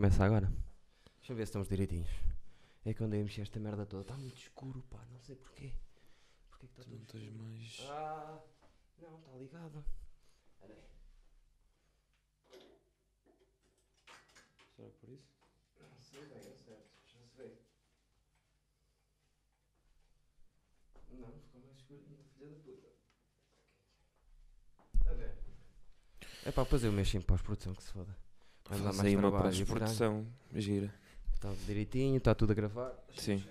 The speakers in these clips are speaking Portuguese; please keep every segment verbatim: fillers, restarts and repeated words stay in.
Começa agora. Deixa eu ver se estamos direitinhos. É que eu andei a mexer esta merda toda. Está muito escuro, pá. Não sei porquê. Porquê que está Não tudo tens escuro? mais. Ah, não, está ligado. Espera aí. Será por isso? Não sei bem, é certo. Já se vê. Não, ficou mais escuro ainda, filha da puta. A ver. É pá, depois eu mexo em pós-produção que se foda. Vai me dar Faz mais aí uma trabalho e pós-produção gira. Está direitinho, está tudo a gravar. Sim.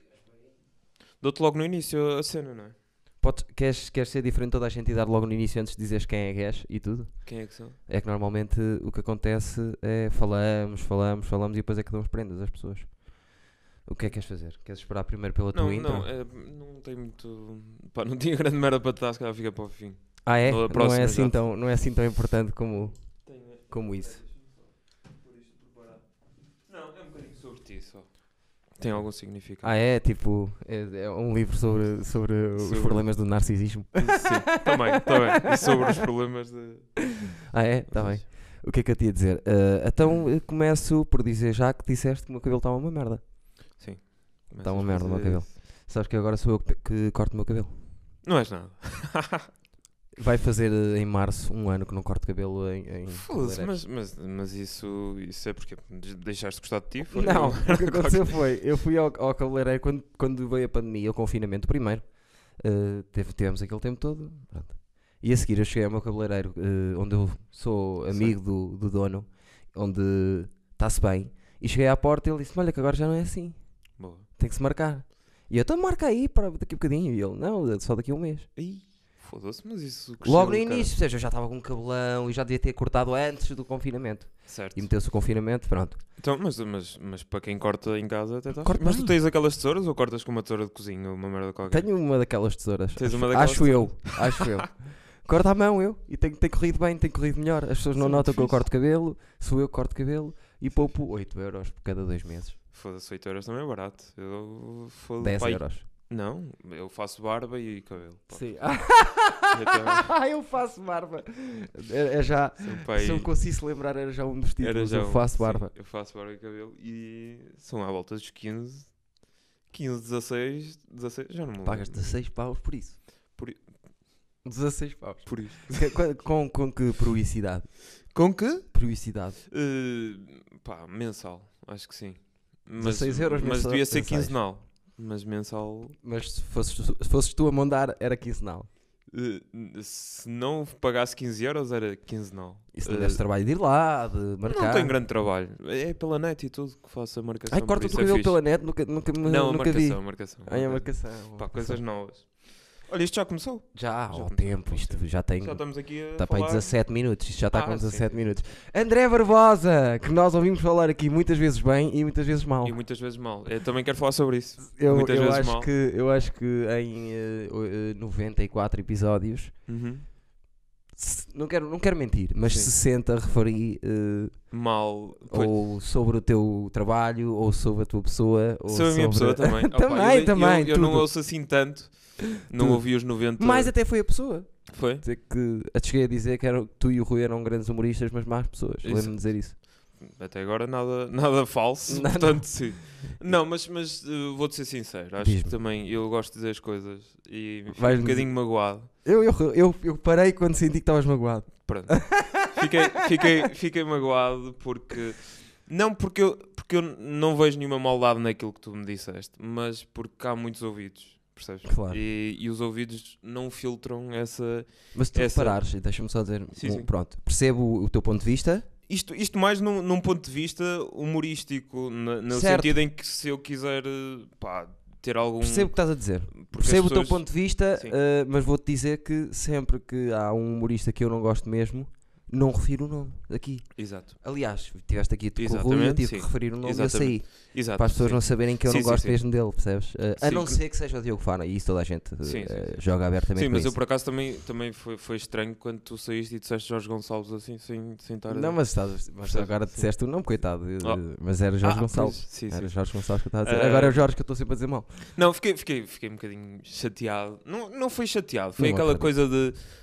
Dou-te logo no início a cena, não é? Podes, queres, queres ser diferente de toda a gente e dar logo no início antes de dizeres quem é que és e tudo? Quem é que são? É que normalmente o que acontece é falamos, falamos, falamos e depois é que damos prendas às pessoas. O que é que queres fazer? Queres esperar primeiro pela Não, tua intro? não, é, não tem muito. Pá, não tinha grande merda para te dar, se calhar fica para o fim. Ah é? Ou a Não próxima é, assim já. tão, não é assim tão importante como, Tenho- como isso. Por isto preparado. Não, é um bocadinho sobre ti só. Tem algum significado? Ah é? Tipo, é, é um livro sobre, sobre os Sobre- problemas do narcisismo. Sim, também, também. E sobre os problemas de. Ah é? Está bem. O que é que eu te ia dizer? Ah, então eu começo por dizer já que disseste que o meu cabelo está uma merda. Sim. Tá uma Começas a merda o meu fazer cabelo. isso. Sabes que agora sou eu que, que corto o meu cabelo. Não és nada. Vai fazer eh, em março um ano que não corto cabelo em, em Foda-se, cabeleireiros. mas, mas, mas isso, isso é porque deixaste de gostar de ti? Foi? Não, Ou- o que aconteceu foi, eu fui ao, ao cabeleireiro quando, quando veio a pandemia, o confinamento primeiro. Eh, teve, tivemos aquele tempo todo. Pronto. E a seguir eu cheguei ao meu cabeleireiro, eh, onde eu sou amigo do, do dono, onde está-se bem. E cheguei à porta e ele disse: olha que agora já não é assim, Boa. tem que se marcar. E eu, então marca aí para daqui a bocadinho. E ele, não, é só daqui a um mês. Ih, foda-se, mas isso cresceu, Logo no cara. início, ou seja, eu já estava com um cabelão e já devia ter cortado antes do confinamento. Certo. E meteu-se o confinamento, pronto. Então, mas, mas, mas para quem corta em casa até está. Corto Mas bem. tu tens aquelas tesouras ou cortas com uma tesoura de cozinha ou uma merda qualquer? Tenho uma daquelas tesouras. Tens acho, uma daquelas acho eu, acho eu. Corto à mão eu. E tem, tem corrido bem, tem corrido melhor. As pessoas não Sim, notam que eu fixe. corto cabelo, sou eu que corto cabelo e poupo oito euros por cada dois meses. Foda-se, oito euros também é barato. Eu foda dez pai- euros. Não, eu faço barba e cabelo. Pá. Sim. E até- eu faço barba. É, é já. Sou pai- Se eu me conseguisse lembrar, era já um dos era títulos. já Eu um- faço sim, barba. eu faço barba e cabelo e são à volta dos quinze, quinze, dezasseis, dezasseis, já não me lembro. Pagas dezasseis paus por isso. Por i- dezasseis paus. Por isso. Que- com, com, com que periodicidade? Com que? Periodicidade. Uh, pá, mensal, acho que sim. Mas, dezasseis euros mas mensal- devia ser mensais. quinzenal. Mas mensal. Mas se fosses, tu- se fosses tu a mandar, era quinzenal. uh, se não pagasse quinze euros, era quinzenal. E se não Uh, desse trabalho de ir lá, de marcar. Não tenho grande trabalho. É pela net e tudo que faço a marcação. Ai, por corta o isso teu é cabelo fixe. pela net, nunca, nunca, me- Não, a nunca vi. marcação, a marcação. Ai, a marcação. marcação. Pá, coisas novas. Olha, isto já começou. Já, Já ao começou, tempo, pode isto ser. já tem. Já estamos aqui a Está para aí falar. dezassete minutos, isto já está Ah, com sim, dezassete sim. minutos. André Barbosa, que nós ouvimos falar aqui muitas vezes bem e muitas vezes mal. E muitas vezes mal. Eu também quero falar sobre isso. Eu, muitas eu vezes acho mal. que, eu acho que em eh, o- eh, noventa e quatro episódios, Uhum. se- não quero, não quero mentir, mas Sim. sessenta referi eh, Mal. Pois, ou sobre o teu trabalho, ou sobre a tua pessoa, ou sou a minha sobre... pessoa também. Opa, Também, eu, também, Eu, eu não tudo. ouço assim tanto. Não Tudo. ouvi os noventa. Mais até foi a pessoa. Foi? Dizer que, eu cheguei a dizer que era, tu e o Rui eram grandes humoristas, mas más pessoas. Isso. Lembro-me de dizer isso. Até agora nada, nada falso. Não, portanto, sim. Não, mas, mas uh, vou-te ser sincero. Acho Diz-me. que também eu gosto de dizer as coisas e fico Vais-me um bocadinho magoado. Eu, eu, eu, eu parei quando senti que estavas magoado. Pronto. Fiquei, fiquei, fiquei magoado porque. Não porque eu, porque eu não vejo nenhuma maldade naquilo que tu me disseste, mas porque há muitos ouvidos, percebes? Claro. E, e os ouvidos não filtram essa. Mas se tu Essa- reparares, e deixa-me só dizer, Sim, um- sim. pronto, percebo o, o teu ponto de vista. Isto, isto mais num, num ponto de vista humorístico, na- no Certo. sentido em que se eu quiser eh, pá, ter algum. Percebo o que estás a dizer. porque Percebo as o teu pessoas- ponto de vista, Sim. eh, mas vou-te dizer que sempre que há um humorista que eu não gosto mesmo, não refiro o nome aqui. Exato. Aliás, estiveste aqui com o Rui, eu Exatamente, tive sim. que referir o nome e eu Exatamente. saí. Exato. Para as pessoas sim. não saberem que eu Sim, não sim, gosto sim. mesmo dele, percebes? Eh, a Sim, não que- ser que seja o Diogo Fana, e isso toda a gente eh, Sim, sim, eh, sim. joga abertamente Sim, com mas eu isso. por acaso também, também foi, foi estranho quando tu saíste e disseste Jorge Gonçalves assim, sem, sem estar a- Não, mas, estás, mas Percebes? agora Sim. disseste o nome, coitado. eh, Oh. Mas era Jorge Ah, Gonçalves. pois, sim, Era sim. Jorge Gonçalves que eu estava a dizer. Eh, Agora é o Jorge que eu estou sempre a dizer mal. Não, fiquei, fiquei, fiquei um bocadinho chateado. Não, não foi chateado, foi Não aquela acredito. coisa de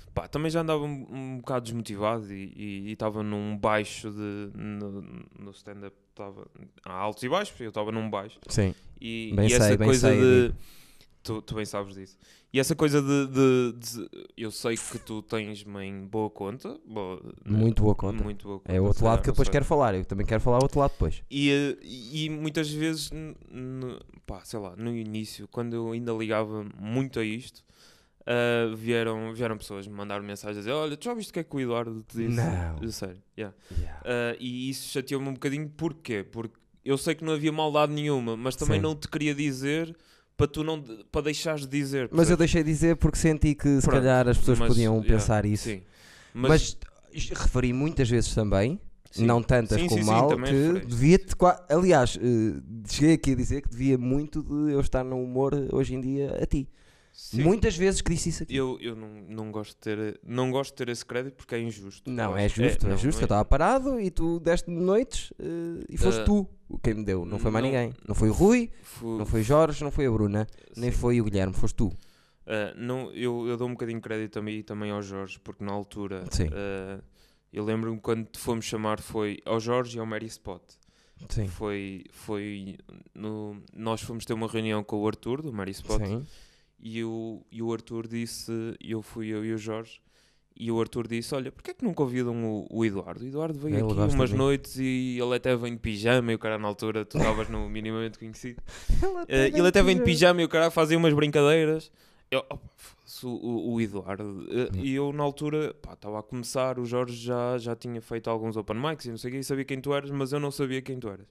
Pá, também já andava um, um bocado desmotivado e estava num baixo de, no, no stand-up. Tava, há altos e baixos, eu estava num baixo. Sim. E, Bem e sei, essa bem coisa sei, de... amigo. Tu, tu bem sabes disso. E essa coisa de, de, de... Eu sei que tu tens-me em boa conta. Boa, Muito boa conta. Muito boa conta. É o outro sei lado lá, que eu não depois sei. quero falar. Eu também quero falar o outro lado depois. E, eh, e muitas vezes, n- n- pá, sei lá, no início, quando eu ainda ligava muito a isto, ah, vieram, vieram pessoas me mandar mensagens a dizer: olha, tu já viste o que é que o Eduardo te disse? Não. Eu sei, yeah. Yeah. Ah, e isso chateou-me um bocadinho, porquê? Porque eu sei que não havia maldade nenhuma, mas também Sim. não te queria dizer para tu não, para deixares de dizer. Mas eu percebes? deixei de dizer porque senti que se Pronto, calhar as pessoas mas, podiam yeah, pensar isso. Sim. Mas, referi muitas vezes também, sim. não tantas Sim, como sim, sim, mal, também que referiste. devia-te... qua- Aliás, eh, cheguei aqui a dizer que devia muito de eu estar no humor hoje em dia a ti. Sim. Muitas vezes que disse isso aqui. Eu, eu não, não, gosto de ter, não gosto de ter esse crédito porque é injusto. Não, Eu é acho. justo, é, não, justo. não Eu estava parado e tu deste-me noites eh, e foste Ah, tu quem me deu. Não foi mais não- ninguém. Não foi o Rui, Fu- não foi Jorge, não foi a Bruna, nem sim. foi o Guilherme, foste tu. Ah, não, eu, eu dou um bocadinho de crédito também, também ao Jorge, porque na altura Sim. ah, eu lembro-me quando te fomos chamar foi ao Jorge e ao Mary Spot. Sim. Foi, foi no, nós fomos ter uma reunião com o Arthur do Mary Spot Sim. e, o, e o Arthur disse, eu fui eu e o Jorge, e o Arthur disse: olha, porquê é que não convidam o, o Eduardo? O Eduardo veio Ele aqui gosta umas de mim. noites e ele até vem de pijama e o cara na altura tu estavas no minimamente conhecido. Eh, ele até vem de pijama e o cara fazia umas brincadeiras. Eu, opa, foda-se, o, o, o Eduardo. eh, E eu na altura estava a começar, o Jorge já, já tinha feito alguns open mics e não sei o quê, e sabia quem tu eras, mas eu não sabia quem tu eras.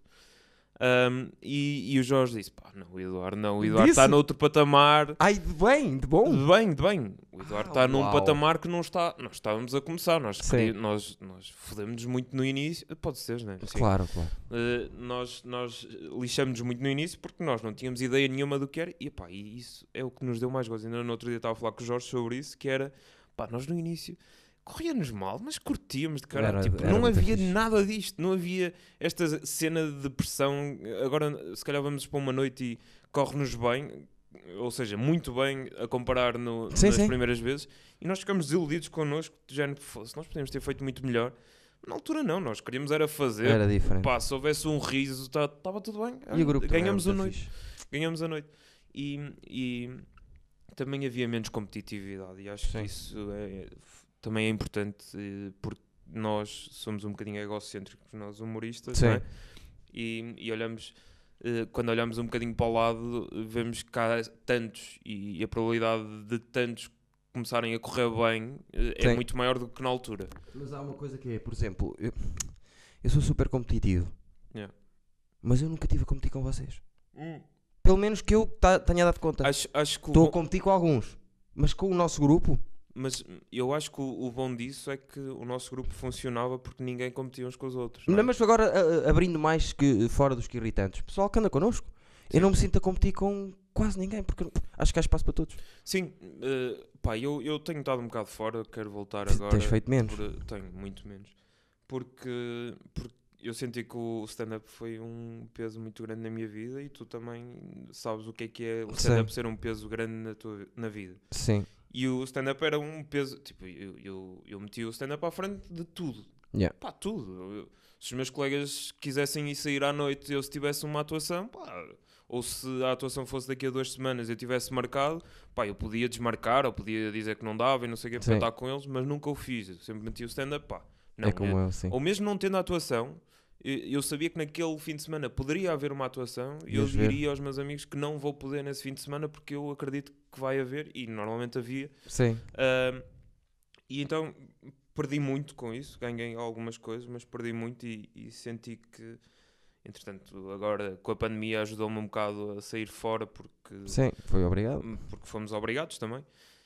Ahm, e, e o Jorge disse: pá, não, o Eduardo não, o Eduardo está Disse? noutro patamar. Ai, de bem, de bom. De bem, de bem. O Eduardo Ah, está num uau. patamar que não está. Nós estávamos a começar, nós, Sim. queríamos- nós, nós fodemos-nos muito no início. Pode ser, não é? Sim. Claro, claro. Uh, nós, nós lixamos-nos muito no início porque nós não tínhamos ideia nenhuma do que era. E, pá, e isso é o que nos deu mais gozo. Ainda no outro dia estava a falar com o Jorge sobre isso, que era, pá, nós no início corria-nos mal, mas curtíamos de cara. Era- Tipo, era não muito havia fixe. nada disto, não havia esta cena de pressão. Agora, se calhar vamos para uma noite e corre-nos bem, ou seja, muito bem a comparar no, Sim, nas sim. primeiras vezes, e nós ficamos desiludidos connosco, de género, fosse, nós podíamos ter feito muito melhor. Na altura não, nós queríamos era fazer. Era diferente. Pá, se houvesse um riso, estava tudo bem. E o grupo também ganhamos era a muito noite. fixe. Ganhamos a noite. E, e também havia menos competitividade. E acho Sim. que isso é, também é importante, eh, porque nós somos um bocadinho egocêntricos, nós humoristas, Sim. não é? E, e olhamos, eh, quando olhamos um bocadinho para o lado, vemos que há tantos e a probabilidade de tantos começarem a correr bem eh, é Sim. muito maior do que na altura. Mas há uma coisa que é, por exemplo, eu, eu sou super competitivo, Yeah. mas eu nunca tive a competir com vocês. Pelo menos que eu ta- tenha dado conta. Acho, acho que o Estou a bom- competir com alguns, mas com o nosso grupo, Mas eu acho que o, o bom disso é que o nosso grupo funcionava porque ninguém competia uns com os outros. Não não, é? mas agora a- a- abrindo mais que fora dos que irritantes, pessoal que anda connosco, Sim. eu não me sinto a competir com quase ninguém, porque eu acho que há espaço para todos. Sim, eh, pá, eu, eu tenho estado um bocado fora, quero voltar Tens agora. feito menos. por- tenho, muito menos. Porque, porque eu senti que o stand-up foi um peso muito grande na minha vida e tu também sabes o que é que é o stand-up ser um peso grande na, tua, na vida. Sim. E o stand-up era um peso, tipo, eu, eu, eu meti o stand-up à frente de tudo. Yeah. Pá, tudo. Eu- se os meus colegas quisessem ir sair à noite e eu se tivesse uma atuação, pá, ou se a atuação fosse daqui a duas semanas e eu tivesse marcado, pá, eu podia desmarcar ou podia dizer que não dava e não sei o que para Sim. estar com eles, mas nunca o fiz. Eu sempre meti o stand-up, pá. Não, é como eu- eu, sim. ou mesmo não tendo a atuação, eu, eu sabia que naquele fim de semana poderia haver uma atuação e eu Ias ver. diria aos meus amigos que não vou poder nesse fim de semana porque eu acredito que vai haver e normalmente havia. Sim. Ahm, e então perdi muito com isso, ganhei algumas coisas, mas perdi muito e, e senti que, entretanto, agora com a pandemia ajudou-me um bocado a sair fora porque, Sim, foi obrigado. porque fomos obrigados também.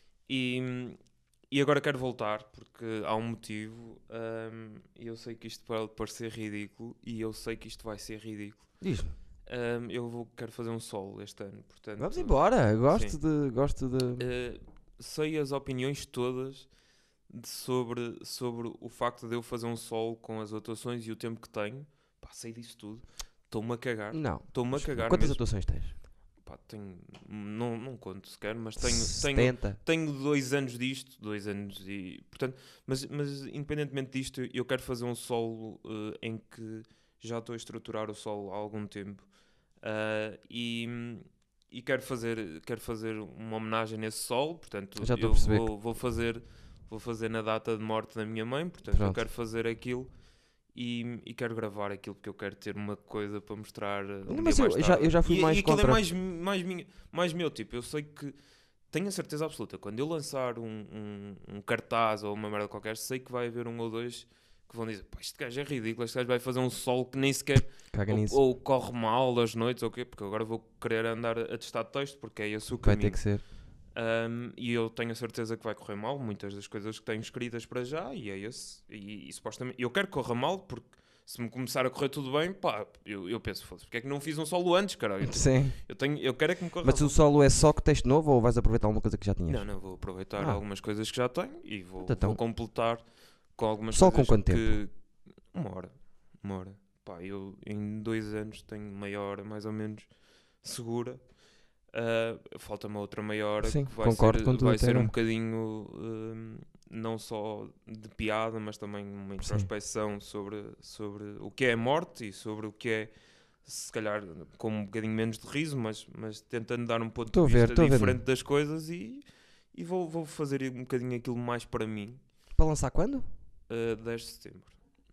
E, e agora quero voltar porque há um motivo ahm, e eu sei que isto pode parecer ridículo e eu sei que isto vai ser ridículo. Diz-me. Ahm, eu vou, quero fazer um solo este ano, portanto... Vamos embora, eu gosto Sim. de. Gosto de. Uh, sei as opiniões todas de- sobre, sobre o facto de eu fazer um solo com as atuações e o tempo que tenho. Pá, sei disso tudo. Estou-me a cagar. Não. Estou-me a cagar Quantas mesmo. atuações tens? Pá, pá, tenho, não, não conto sequer, mas tenho, tenho, setenta. tenho dois anos disto, dois anos e, portanto, mas, mas independentemente disto, eu quero fazer um solo uh, em que já estou a estruturar o solo há algum tempo uh, e, e quero fazer, quero fazer uma homenagem nesse solo, portanto, Já estou a eu perceber vou, vou fazer, vou fazer na data de morte da minha mãe, portanto, Pronto. eu quero fazer aquilo. E, e quero gravar aquilo porque eu quero ter uma coisa para mostrar uh, um Não, mas dia eu mais já- tarde. eu já fui e, mais e aquilo contra. é mais, mais, minha, mais meu, tipo, eu sei que tenho a certeza absoluta, quando eu lançar um, um, um cartaz ou uma merda qualquer, sei que vai haver um ou dois que vão dizer, pá, este gajo é ridículo, este gajo vai fazer um solo que nem sequer, Caga ou, nisso. ou corre mal das noites, ou quê, porque agora vou querer andar a testar texto, porque é esse o Vai caminho. ter que ser. Um, e eu tenho a certeza que vai correr mal, muitas das coisas que tenho escritas para já, e é esse, e, e supostamente, eu quero que corra mal, porque se me começar a correr tudo bem, pá, eu, eu penso, foda-se, porque é que não fiz um solo antes, caralho? Sim. Eu, tenho, eu quero é que me corra Mas mal. o solo é só que texto novo ou vais aproveitar alguma coisa que já tinhas? Não, não, vou aproveitar Ah. algumas coisas que já tenho e vou, Então. vou completar com algumas Só com coisas quanto que... Uma hora, uma hora. Pá, eu em dois anos tenho meia hora mais ou menos segura. Uh, falta-me outra meia hora Sim, que vai concordo ser, com tudo vai até ser um agora. bocadinho um, não só de piada, mas também uma introspecção sobre, sobre o que é a morte e sobre o que é, se calhar com um bocadinho menos de riso, mas, mas tentando dar um ponto Estou a de ver, vista estou a ver. diferente das coisas e, e vou, vou fazer um bocadinho aquilo mais para mim. Para lançar quando? uh, dez de setembro.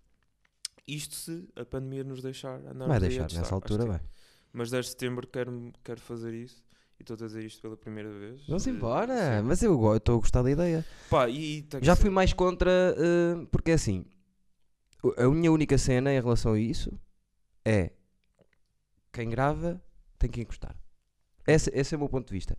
Isto se a pandemia nos deixar andar Vai deixar, nessa altura vai. Mas dez de setembro quero, quero fazer isso. E estou a dizer isto pela primeira vez. Vamos Uh, embora. sim. Mas eu estou a gostar da ideia. Pá, e, e tem que Já ser. fui mais contra, uh, porque assim, o- a minha única cena em relação a isso é quem grava tem que encostar. Esse, esse é o meu ponto de vista.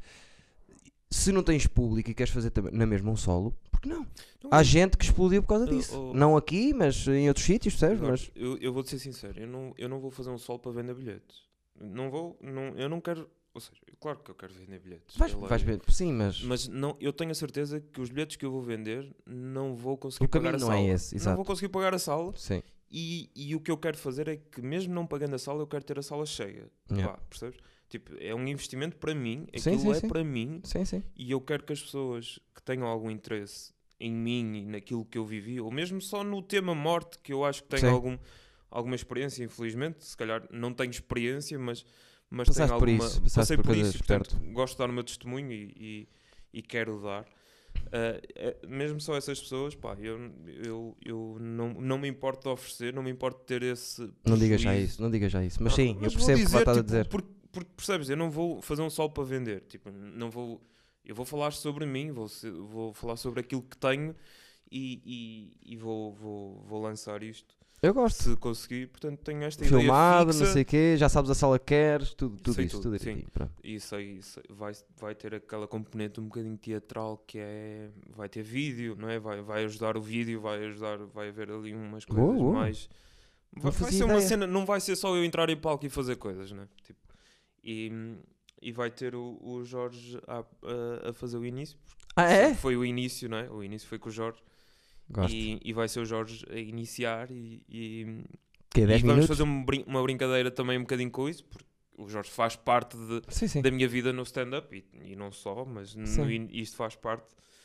Se não tens público e queres fazer também na mesma um solo, porque não? Não, Há eu- gente que explodiu por causa Oh, disso. oh. Não aqui, mas em outros sítios, percebes? Eduardo, Mas eu, eu vou-te ser sincero, eu não, eu não vou fazer um solo para vender bilhetes. Não vou, não, eu não quero. Ou seja, claro que eu quero vender bilhetes. vais, é lógico. vais ver, sim, mas, Mas não, eu tenho a certeza que os bilhetes que eu vou vender não vou conseguir o pagar caminho a não sala. é esse, Não exato. vou conseguir pagar a sala. Sim. E, e o que eu quero fazer é que, mesmo não pagando a sala, eu quero ter a sala cheia. Yeah. Pá, percebes? Tipo, é um investimento para mim, Sim, aquilo sim, é sim. para mim, Sim, sim. e eu quero que as pessoas que tenham algum interesse em mim e naquilo que eu vivi, ou mesmo só no tema morte, que eu acho que tenho Sim. algum, alguma experiência, infelizmente, se calhar não tenho experiência, mas, mas Passaste tenho por alguma... isso, passaste passei por por coisas isso, e, portanto, perto. gosto de dar o meu testemunho e, e, e quero dar. Uh, é- mesmo só essas pessoas, pá, eu, eu, eu não, não me importo de oferecer, não me importo de ter esse Não digas já prejuízo. isso, não digas já isso. Mas Não, sim, mas eu vou percebo o que vai estar a tipo, dizer. Porque, porque percebes, eu não vou fazer um solo para vender. Tipo, não vou, eu vou falar sobre mim, vou, ser- vou falar sobre aquilo que tenho e, e, e vou, vou, vou lançar isto Eu gosto. se conseguir. Portanto, tenho esta Filmado, ideia fixa não sei o quê, já sabes a sala que queres, tudo, tudo Sei isso, tudo, tudo sim. direitinho. Pronto. e sei, sei- vai, vai ter aquela componente um bocadinho teatral que é. Vai ter vídeo, não é? Vai, vai ajudar o vídeo, vai ajudar, vai haver ali umas Boa, coisas boa. mais. Não Vai, vai fazia ser uma ideia. cena, não vai ser só eu entrar em palco e fazer coisas, né? Tipo, e, e vai ter o, o Jorge a, a, a fazer o início. Ah, é? Foi o início, não é? O início foi com o Jorge. Gosto. E, e vai ser o Jorge a iniciar e, e, Que é e dez vamos minutos? fazer um brin- uma brincadeira também um bocadinho com isso, porque o Jorge faz parte de, Sim, sim. da minha vida no stand-up e, e não só, mas no Sim. in- isto faz parte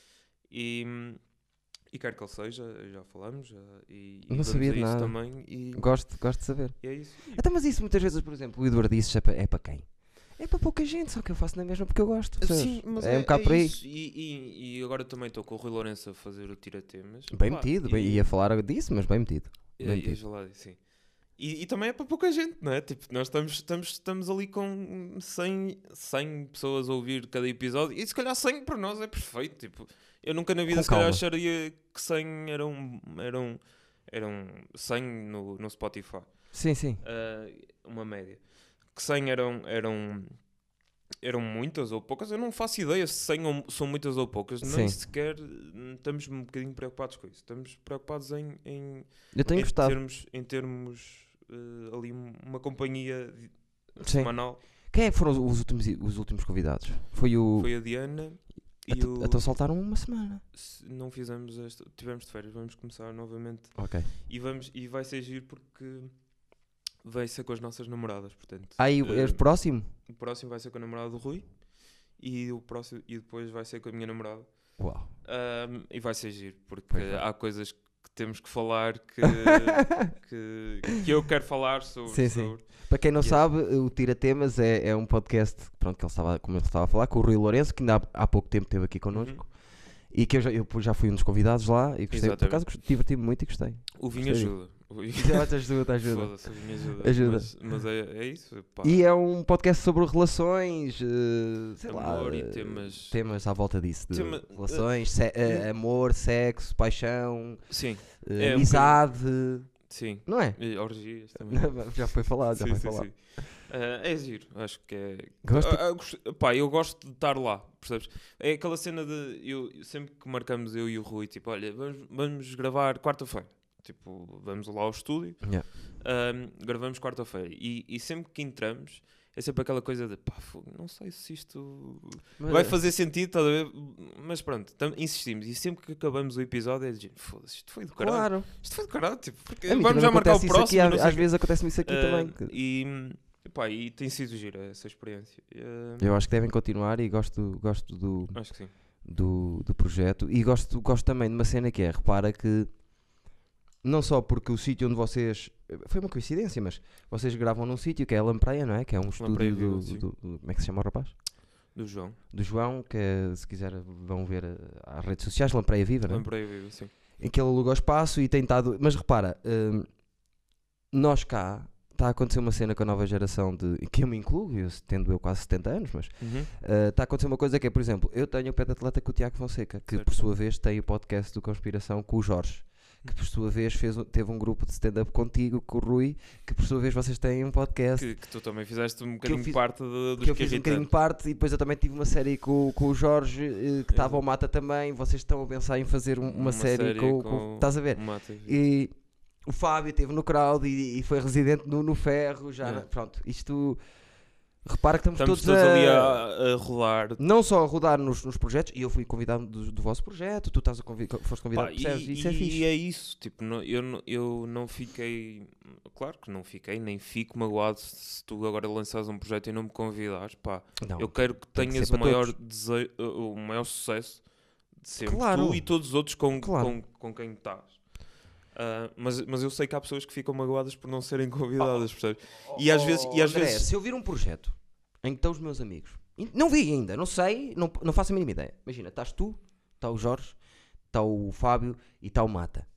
e, e quero que ele seja, já falamos já, e, e Não vamos sabia a de isso nada. também e, Gosto, gosto de saber. e é isso. E- Até mas isso muitas vezes, por exemplo, o Eduardo disse é para, é para quem? É para pouca gente, só que eu faço na mesma porque eu gosto. percebes? Sim, mas é, um bocado por aí. isso. E, e, e agora também estou com o Rui Lourenço a fazer o tira-temas. Bem Pá, metido, e- bem, ia falar disso, mas bem metido. E, Bem e, metido. já lá disse, sim. E, e também é para pouca gente, não é? Tipo, nós estamos, estamos, estamos ali com cem, cem pessoas a ouvir cada episódio e se calhar cem para nós é perfeito. Tipo, eu nunca na vida Com se calhar calma. acharia que cem eram, eram, eram cem no, no Spotify. Sim, sim. Ah, uma média. Que cem eram, eram, eram muitas ou poucas. Eu não faço ideia se cem ou- são muitas ou poucas. Nem Sim. sequer hum, estamos um bocadinho preocupados com isso. Estamos preocupados em... em Eu tenho em gostado. termos, em termos eh, ali um- uma companhia de- Sim. semanal. Quem é que foram os, os últimos, os últimos convidados? Foi o. Foi a Diana e Até o... até saltaram uma semana. se não fizemos esta... Tivemos de férias, vamos começar novamente. Ok. E, vamos, e vai ser giro porque vai ser com as nossas namoradas, portanto. Aí, uh, é o próximo? O próximo vai ser com a namorada do Rui e, o próximo, e depois vai ser com a minha namorada. Uau. Um, e vai ser giro, porque Pois há vai. coisas que temos que falar que, que, que eu quero falar sobre. Sim, sim. sobre. Para quem não Yes. sabe, o Tira Temas é, é um podcast, pronto, que ele estava, como ele estava a falar, com o Rui Lourenço, que ainda há, há pouco tempo esteve aqui connosco. Uhum. E que eu já, eu já fui um dos convidados lá e gostei, por Exatamente. acaso gost- diverti-me muito e gostei. O vinho Gostei. ajuda. O vinho... Já te ajuda, ajuda. Foda-se, o vinho ajuda. Ajuda. Mas, mas é, é isso. Pá. E é um podcast sobre relações, eh, sei Amor lá, e eh, temas- temas à volta disso, de Tema- relações, se- eh, amor, sexo, paixão, Sim, eh, É um amizade, sim. não é? E orgias também. Já foi falado, já Sim, foi sim, falado. sim. Ah, é giro, acho que é. Gosto- Ah, ah, gost- pá, eu gosto de estar lá, percebes? É aquela cena de. Eu, sempre que marcamos eu e o Rui, tipo, olha, vamos, vamos gravar quarta-feira. Tipo, vamos lá ao estúdio, Yeah. ahm, gravamos quarta-feira. E, e sempre que entramos, é sempre aquela coisa de pá, fogo, não sei se isto Mas- vai fazer sentido, estás a ver? Mas pronto, tam- insistimos. E sempre que acabamos o episódio é de género, foda-se, isto foi do caralho. Claro. Isto foi do caralho, tipo, porque A mim vamos também já marcar o acontece isso próximo. aqui, não às sei às o quê. vezes acontece-me isso aqui Ah, também. que- E, pá, e tem sido gira essa experiência. Ah, Eu acho que devem continuar e gosto, gosto do, acho que sim. do, do projeto e gosto, gosto também de uma cena que é, repara que não só porque o sítio onde vocês, foi uma coincidência, mas vocês gravam num sítio que é a Lampreia, não é? Que é um estúdio Lampreia do, Viva, sim. do- do- como é que se chama o rapaz? Do João. Do João, que é, se quiser vão ver eh, às redes sociais, Lampreia Viva, não é? Lembrei, vivo, sim. Em que ele aluga o espaço e tem estado, mas repara, hum, nós cá, está a acontecer uma cena com a nova geração de, em que eu me incluo, eu tendo eu quase setenta anos, mas Uhum. Uh, está a acontecer uma coisa que é, por exemplo, eu tenho o pé de atleta com o Tiago Fonseca, que Certo. por sua vez tem o podcast do Conspiração com o Jorge, que por sua vez fez, um- teve um grupo de stand-up contigo, com o Rui, que por sua vez vocês têm um podcast, Que, que tu também fizeste um bocadinho fiz- parte de, dos que eu que fiz um bocadinho de irritantes. parte, e depois eu também tive uma série com, com o Jorge, eh, que estava ao Mata também, vocês estão a pensar em fazer um- uma, série, com, com- estás a ver? o Mata. E o Fábio esteve no crowd e, e foi residente no, no Ferro, já, É. na- pronto, isto, repara que estamos, Estamos todos, todos a, ali a, a rodar. não só a rodar nos, nos projetos, e eu fui convidado do, do vosso projeto, tu estás a convi foste convidado, Pá, percebes? e, Isso é e- fixe. e é isso, tipo, não- eu, não- eu não fiquei, claro que não fiquei, nem fico magoado se tu agora lançares um projeto e não me convidares, pá, Não, eu quero que tem que tenhas ser o para maior, todos. desejo, o maior sucesso de sempre, Claro. tu e todos os outros com, Claro. com, com quem estás. Ah, mas, mas eu sei que há pessoas que ficam magoadas por não serem convidadas, percebes? E às vezes- e às André, vezes- se eu vir um projeto em que estão os meus amigos, e não vi ainda, não sei, não, não faço a mínima ideia. Imagina, estás tu, está o Jorge, está o Fábio e está o Mata,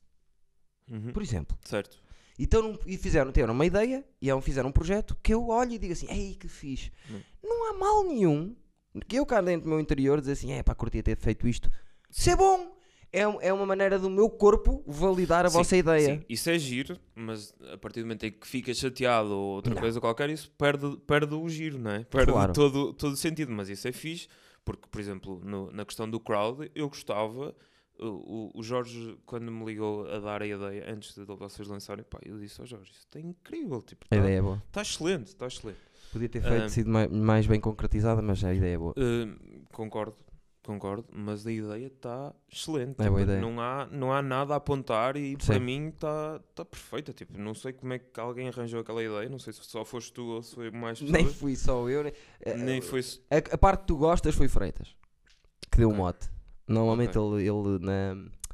Uhum. por exemplo. Certo. Então, não- e fizeram, tiveram uma ideia e é um- fizeram um projeto que eu olho e digo assim, ei, que fixe. Hum. Não há mal nenhum que eu cá dentro do meu interior dizer assim, é pá, curtia ter feito isto. Isso é bom. É, um- é uma maneira do meu corpo validar a Sim, vossa ideia. Sim, isso é giro, mas a partir do momento em que ficas chateado ou outra Não. coisa qualquer, isso perde, perde o giro, não é? Perde Claro. todo, todo o sentido. Mas isso é fixe, porque, por exemplo, no- na questão do crowd, eu gostava. O, o- o Jorge, quando me ligou a dar a ideia antes de vocês lançarem, pá, eu disse ao Jorge: Isso está incrível, tipo, A está ideia é boa. tá excelente, está excelente. Podia ter feito, Ah. sido mais, mais bem concretizada, mas a ideia é boa. Uh, concordo, concordo, mas a ideia está excelente. É boa Tipo, ideia. Não, há, não há nada a apontar e Sim. para mim está tá perfeita. Tipo, não sei como é que alguém arranjou aquela ideia, não sei se só foste tu ou se foi mais pessoas. Nem fui só eu. Nem, eh, Nem foi. a, a parte que tu gostas foi Freitas, que deu o Ok. mote. Normalmente Ok. ele, ele na,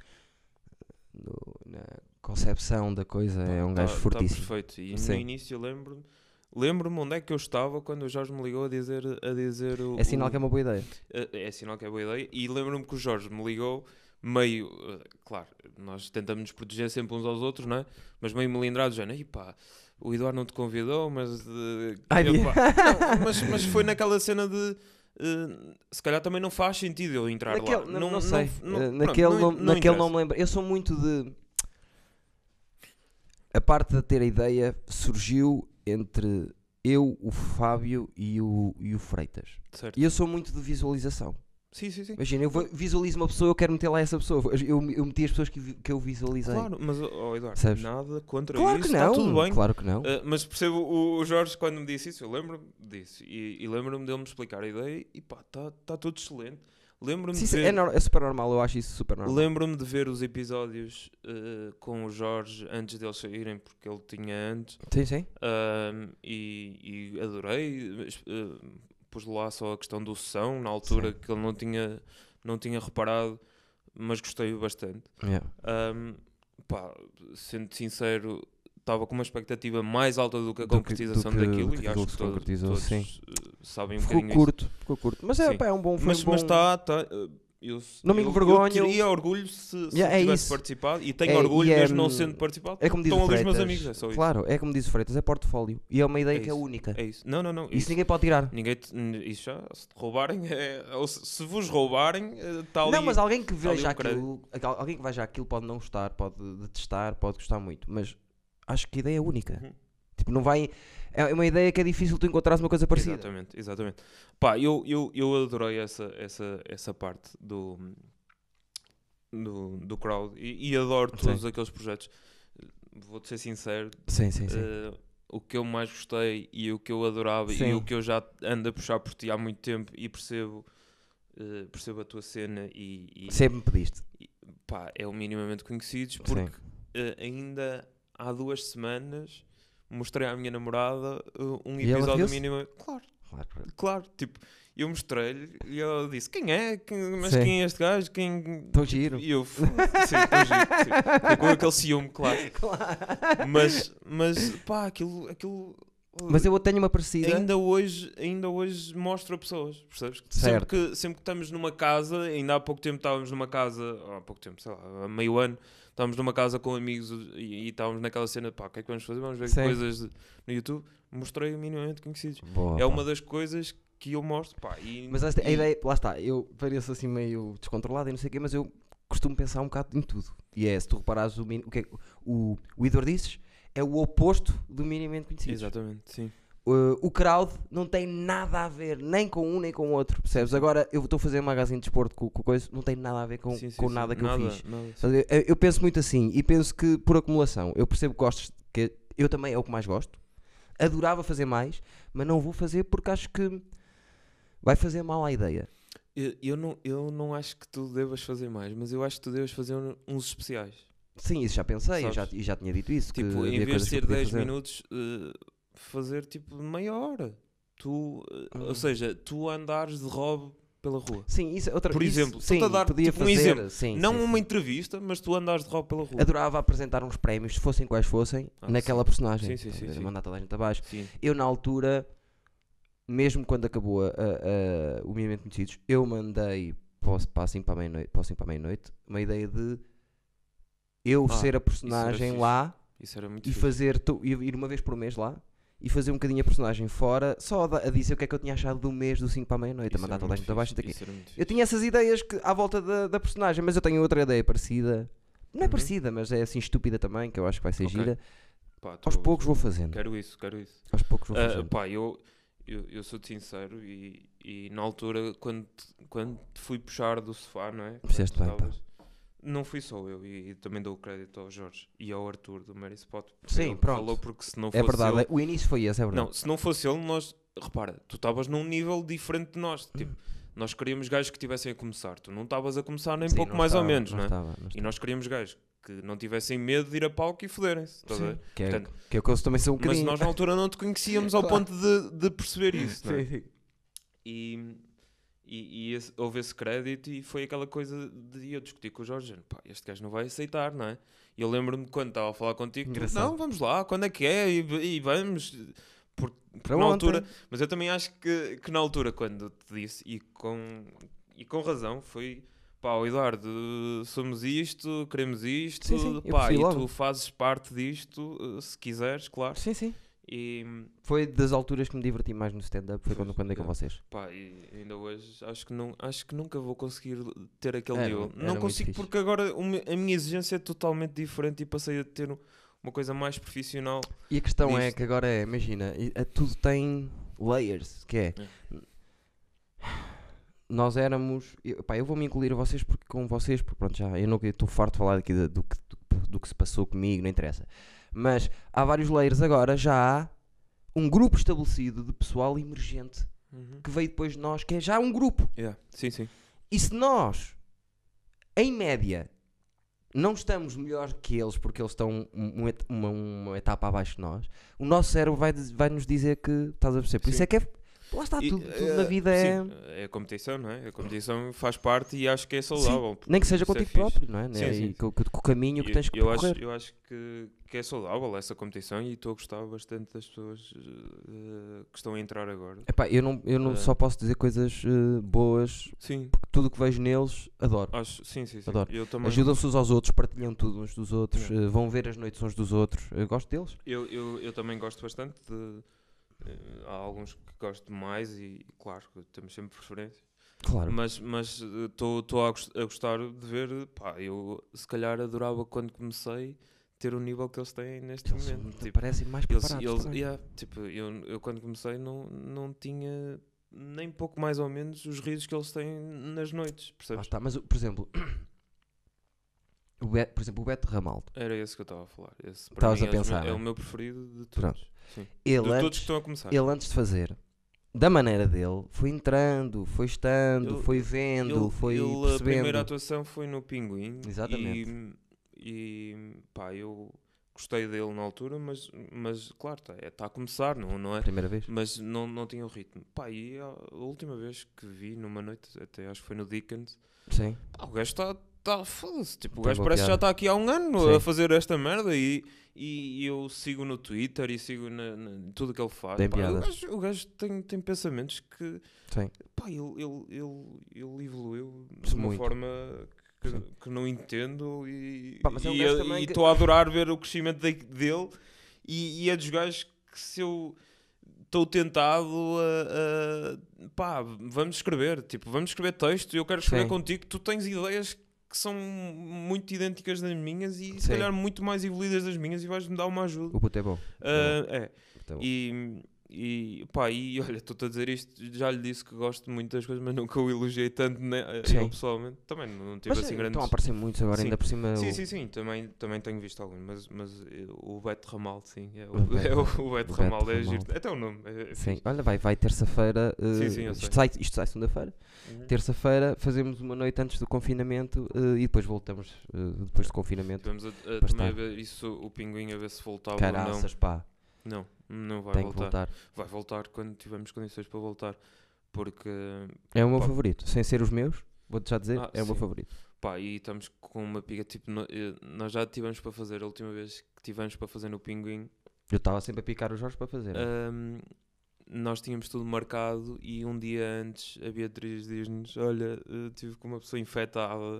no- na concepção da coisa é um gajo Tá fortíssimo. perfeito. E Sim. no início eu lembro-me. Lembro-me onde é que eu estava quando o Jorge me ligou a dizer, a dizer o, É sinal o- que é uma boa ideia. É, é sinal que é boa ideia. E lembro-me que o Jorge me ligou meio, eh, claro, nós tentamos nos proteger sempre uns aos outros, não é? Mas meio melindrado, já, "Ei, pá, o Eduardo não te convidou, mas, eh, Ai, eu, dia. pá, não, mas, mas foi naquela cena de eh, se calhar também não faz sentido eu entrar Naquele, lá. não, não sei. não- Eh, pronto, naquele não, não, não naquele não interessa. me lembro. Eu sou muito de. A parte de ter a ideia surgiu entre eu, o Fábio e o, e o Freitas. Certo. E eu sou muito de visualização. Sim, sim, sim. Imagina, eu vou- visualizo uma pessoa, eu quero meter lá essa pessoa. Eu, eu meti as pessoas que, vi- que eu visualizei. Claro, mas, oh, Eduardo, Percebes? nada contra Claro isso, que está não. tudo bem. Claro que não. Uh, mas percebo o, o Jorge quando me disse isso, eu lembro-me disso e, e lembro-me dele me explicar a ideia e pá, está tá tudo excelente. Lembro-me Sim, de sim, ver... é, nor- é super normal, eu acho isso super normal. Lembro-me de ver os episódios uh, com o Jorge antes deles saírem, porque ele tinha antes, Sim, sim. um, e, e adorei. Uh, pus lá só a questão do som, na altura Sim. que ele não tinha, não tinha reparado, mas gostei bastante. Yeah. Um, pá, sendo sincero, estava com uma expectativa mais alta do que a Do que- concretização do que- daquilo, do que e aquilo acho que se que todo- concretizou, todos sim. uh, sabem um Ficou bocadinho isso. curto, ficou curto. Mas é, Sim. pá, é um bom foi Mas, um bom... mas está, tá, uh, eu, Não me eu, envergonho. eu teria orgulho se, se Yeah, é tivesse isso. participado, e tenho É, orgulho e é, mesmo não hum, sendo participado, É como diz estão o ali os meus Freitas. amigos, é só isso. Claro, é como diz o Freitas, é portfólio. E é uma ideia É que é isso. única. É isso. Não, não, não. Isso Isso, ninguém pode tirar. ninguém te- n- isso já, se te roubarem, é, ou se, se vos roubarem, está ali. Não, mas alguém que ali veja um aquilo, aquel- alguém que veja aquilo pode não gostar, pode detestar, pode gostar muito, mas acho que a ideia é única. Uhum. Tipo, não vai. É uma ideia que é difícil tu encontrares uma coisa parecida. Exatamente, exatamente. Pá, eu, eu, eu adorei essa, essa, essa parte do, do, do crowd e, e adoro todos Sim. aqueles projetos. Vou-te ser sincero, Sim, sim, sim. eh, o que eu mais gostei e o que eu adorava Sim. e o que eu já ando a puxar por ti há muito tempo e percebo, eh, percebo a tua cena e, e, Sempre me pediste. e, pá, é o minimamente conhecidos, porque eh, ainda há duas semanas mostrei à minha namorada uh, um E ela episódio viu-se? mínimo. Claro, Claro, claro. claro. Tipo, eu mostrei-lhe e ela disse: Quem é? Quem- mas Sim. quem é este gajo? Quem... Tão giro. E eu, "Fu- sim, estou giro. Sim. Fiquei com aquele ciúme, claro. Mas, mas pá, aquilo. aquilo Mas eu tenho uma parecida. Ainda hoje, ainda hoje mostra pessoas, percebes? Sempre Certo. que, sempre que estamos numa casa, ainda há pouco tempo estávamos numa casa, há pouco tempo, sei lá, há meio ano, estávamos numa casa com amigos e, e estávamos naquela cena, pá, o que é que vamos fazer? Vamos ver Sim. coisas de- no YouTube. Mostrei o minimamente conhecidos. Boa, É pá. uma das coisas que eu mostro, pá. E, Mas esta, a e- ideia, lá está, eu pareço assim meio descontrolado e não sei o quê, mas eu costumo pensar um bocado em tudo. E é, se tu reparares, o, min- o que é que o, o Idor dizes é o oposto do minimamente conhecido. Exatamente, sim. Uh, o crowd não tem nada a ver nem com um nem com o outro, percebes? Agora eu estou a fazer um magazine de desporto com, com coisa, não tem nada a ver com, Sim, sim, com sim. nada que nada, eu fiz. nada, Estás a ver? Eu, eu penso muito assim e penso que por acumulação, eu percebo que gostas, que eu também é o que mais gosto, adorava fazer mais, mas não vou fazer porque acho que vai fazer mal à ideia. Eu, eu, não, eu não acho que tu devas fazer mais, mas eu acho que tu devas fazer um- uns especiais. Sim, isso já pensei, eu já, Sabes? e já tinha dito isso. Tipo, que em havia vez coisas de que eu ser podia dez fazer. minutos, eh, fazer tipo meia hora. Tu, eh, Hum. Ou seja, tu andares de robe pela rua. Sim, isso é outra Por isso, exemplo, sim, estou-te a dar podia tipo, um fazer, exemplo. sim, Não sim, uma sim. entrevista, mas tu andares de robe pela rua. Adorava apresentar uns prémios, fossem quais fossem, Ah, naquela sim. personagem. Sim, sim, Estás a sim, ver? sim. Mandar toda a gente abaixo. Sim. Eu, na altura, mesmo quando acabou a- a- a- o Movimento Conhecidos, eu mandei para o- para assim para a meia-noite, para assim para a meia-noite, uma ideia de eu Ah, ser a isso personagem era lá Isso era muito e fixe. fazer, tu- ir ir uma vez por mês lá e fazer um bocadinho a personagem fora, só a, da- a dizer o que é que eu tinha achado do mês do cinco para a meia-noite, a Isso mandar era toda a muito gente abaixo fixe, daqui. isso era muito Eu fixe. tinha essas ideias que, à volta da, da personagem, mas eu tenho outra ideia parecida. Não é Uhum. parecida, mas é assim estúpida também, que eu acho que vai ser Ok. gira. Pá, Aos tô- poucos vou fazendo. Quero isso, quero isso. Aos poucos vou Ah, fazendo. pá, eu, eu, eu sou-te sincero e, e na altura, quando, te- quando te fui puxar do sofá, não é? Fizeste Quando bem, pá. estavas- Não fui só eu, e, e também dou o crédito ao Jorge e ao Arthur do Mary Spot. Foi Sim, ele que pronto. Falou porque se não É fosse verdade, ele, o início foi esse, é verdade. não, se não fosse ele, nós, repara, tu estavas num nível diferente de nós. Tipo, nós queríamos gajos que estivessem a começar. Tu não estavas a começar nem Sim, pouco não mais ou estava, menos, não não é? estava, não E estava. nós queríamos gajos que não tivessem medo de ir a palco e foderem-se. estás a ver? Sim, que, é, Portanto, que é o que eu também sou um Mas bocadinho. nós na altura não te conhecíamos ao Claro. ponto de, de perceber isso, não é? Sim, sim. E, e, e esse- houve esse crédito e foi aquela coisa de eu discutir com o Jorge, pá, este gajo não vai aceitar, não é? E eu lembro-me quando estava a falar contigo, tu, Engraçado. não, vamos lá, quando é que é? E, e vamos, porque, porque Para na ontem. altura, mas eu também acho que, que na altura, quando te disse, e com, e com razão, foi, pá, ó, Eduardo, somos isto, queremos isto, Sim, sim, eu pá, percebi e logo. tu fazes parte disto, eh, se quiseres, claro. Sim, sim. E, Foi das alturas que me diverti mais no stand-up, foi quando, Pois, quando andei com é. vocês. pá, e ainda hoje acho que, não, acho que nunca vou conseguir ter aquele Era nível. muito- era Não muito consigo fixe. porque agora o me- a minha exigência é totalmente diferente e passei a ter um- uma coisa mais profissional. E a questão é Disto. que agora é, imagina, e- a- tudo tem layers, que é... Nós éramos... Eu, pá, eu vou-me incluir a vocês porque com vocês, porque pronto, já eu não eu estou farto de falar aqui do, do, que, do, do que se passou comigo, não interessa. Mas há vários layers agora, já há um grupo estabelecido de pessoal emergente que veio depois de nós, que é já um grupo. Yeah. Sim, sim. E se nós, em média, não estamos melhor que eles porque eles estão um- et- uma, uma etapa abaixo de nós, o nosso cérebro vai, diz- vai nos dizer que estás a perceber. Por isso Sim. é que é. Lá está, E, tudo, tudo eh, na vida é. sim, é a competição, não é? A competição faz parte e acho que é saudável. Nem que seja Isso é contigo fixe. próprio, não é? Sim, E sim, com, com- com o caminho que E tens que eu acho, percorrer. eu acho que, que é saudável essa competição e estou a gostar bastante das pessoas eh, que estão a entrar agora. Epá, eu não, eu não Eh. só posso dizer coisas eh, boas, Sim, porque tudo o que vejo neles, adoro. acho, sim, sim, sim. Adoro. Eu também. Ajudam-se uns aos outros, partilham tudo uns dos outros, Não. eh, vão ver as noites uns dos outros. Eu gosto deles. Eu, eu, eu também gosto bastante de. eh, há alguns que gosto mais e, claro, que temos sempre preferência. Claro. Mas estou a, gos- a gostar de ver. Pá, eu se calhar adorava quando comecei ter o nível que eles têm neste Eles são- momento. Tipo, parecem mais eles, preparados. eles, também. yeah, tipo, eu, eu quando comecei não, não tinha nem pouco mais ou menos os risos que eles têm nas noites, Lá percebes? está. Mas, por exemplo, o Beto, por exemplo, o Beto Ramaldo, Era esse que eu estava a falar. Esse, para Estavas mim, a é os pensar, me- é né? o meu preferido de Pronto. todos. Sim. ele De todos que antes, estão a começar. ele antes de fazer, da maneira dele, foi entrando, foi estando, Ele- foi vendo, Ele- foi ele, a primeira percebendo. atuação foi no Pinguim. Exatamente. E, e pá, eu gostei dele na altura, mas, mas claro, está é, tá a começar, não, não é? Primeira vez. Mas não, não tinha o ritmo. Pá, e a, a última vez que vi numa noite, até acho que foi no Dickens, Sim. pá, o gajo está. Tá, foda-se. Tipo, o Tem gajo boa parece que já piada. está aqui há um ano Sim. a fazer esta merda e, e eu sigo no Twitter e sigo na, na- tudo o que ele faz. Tem Pá, o piada. gajo, o gajo tem, tem pensamentos que Sim. pá, ele, ele, ele, ele evoluiu de uma Muito. forma que, Sim. que não entendo e Pá, mas é um e gajo a- também e que- estou a adorar ver o crescimento de- dele e, e é dos gajos que se eu estou tentado a, a- pá, vamos escrever, tipo, vamos escrever texto e eu quero escrever Sim. contigo, tu tens ideias que são muito idênticas das minhas e se Sim. calhar muito mais evoluídas das minhas e vais-me dar uma ajuda. O puto é bom. Ah, é. O puto é bom. E, e pá, e olha, estou-te a dizer isto, já lhe disse que gosto muito das coisas, mas nunca o elogiei tanto, né, Sim. eu pessoalmente. Também não tive Mas assim eh, grandes. estão a aparecer muitos agora, Sim. ainda por cima. Sim, o- sim, sim, também, também tenho visto alguns, mas, mas eh, o Beto Ramaldo, sim, é o, O Beto- é o, o o Beto Beto Ramaldo, é Ramaldo. giro. Até o nome. É, é Sim, fixe. olha, vai, vai terça-feira. eh, Sim, sim, eu isto, sei. sai, isto sai segunda-feira. Uhum. Terça-feira fazemos uma noite antes do confinamento eh, e depois voltamos eh, depois do confinamento. Tivemos a, a, Para também a estar. ver isso, o Pinguim, a ver se voltava Caraças, pá, ou não. Não, não vai tem que voltar. voltar. Vai voltar quando tivermos condições para voltar. Porque, É o meu Pá. favorito, sem ser os meus, vou-te já dizer, Ah, é o meu sim. favorito. pá, e estamos com uma pica, tipo, no- eh, nós já tivemos para fazer, a última vez que tivemos para fazer no Pinguim, Eu estava sempre a picar os Jorge para fazer. ahm, nós tínhamos tudo marcado e um dia antes a Beatriz diz-nos, olha, eh, tive com uma pessoa infectada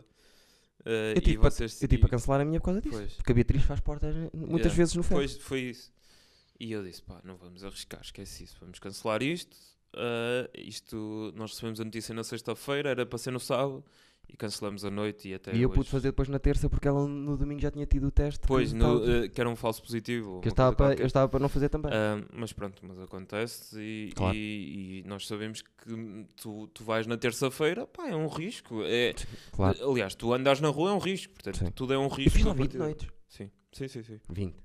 eh, eu e tive, para, vocês... eu tive para e- cancelar a minha por causa disso. Pois. Porque a Beatriz faz portas muitas Yeah. vezes no ferro. Pois, foi isso. E eu disse, pá, não vamos arriscar, esquece isso, vamos cancelar isto. Ah, isto, nós recebemos a notícia na sexta-feira, era para ser no sábado, e cancelamos a noite e até E eu hoje. pude fazer depois na terça porque ela no domingo já tinha tido o teste. que Pois, no, estava- eh, que era um falso positivo. ou que eu uma estava, coisa para, qualquer. eu estava para não fazer também. Ah, mas pronto, mas acontece e, Claro. e- e nós sabemos que tu, tu vais na terça-feira, pá, é um risco. É, Claro. Aliás, tu andas na rua é um risco, portanto, Sim. tudo é um Eu risco. fiz lá a vinte partir- noites. Sim, sim, sim. sim. vinte.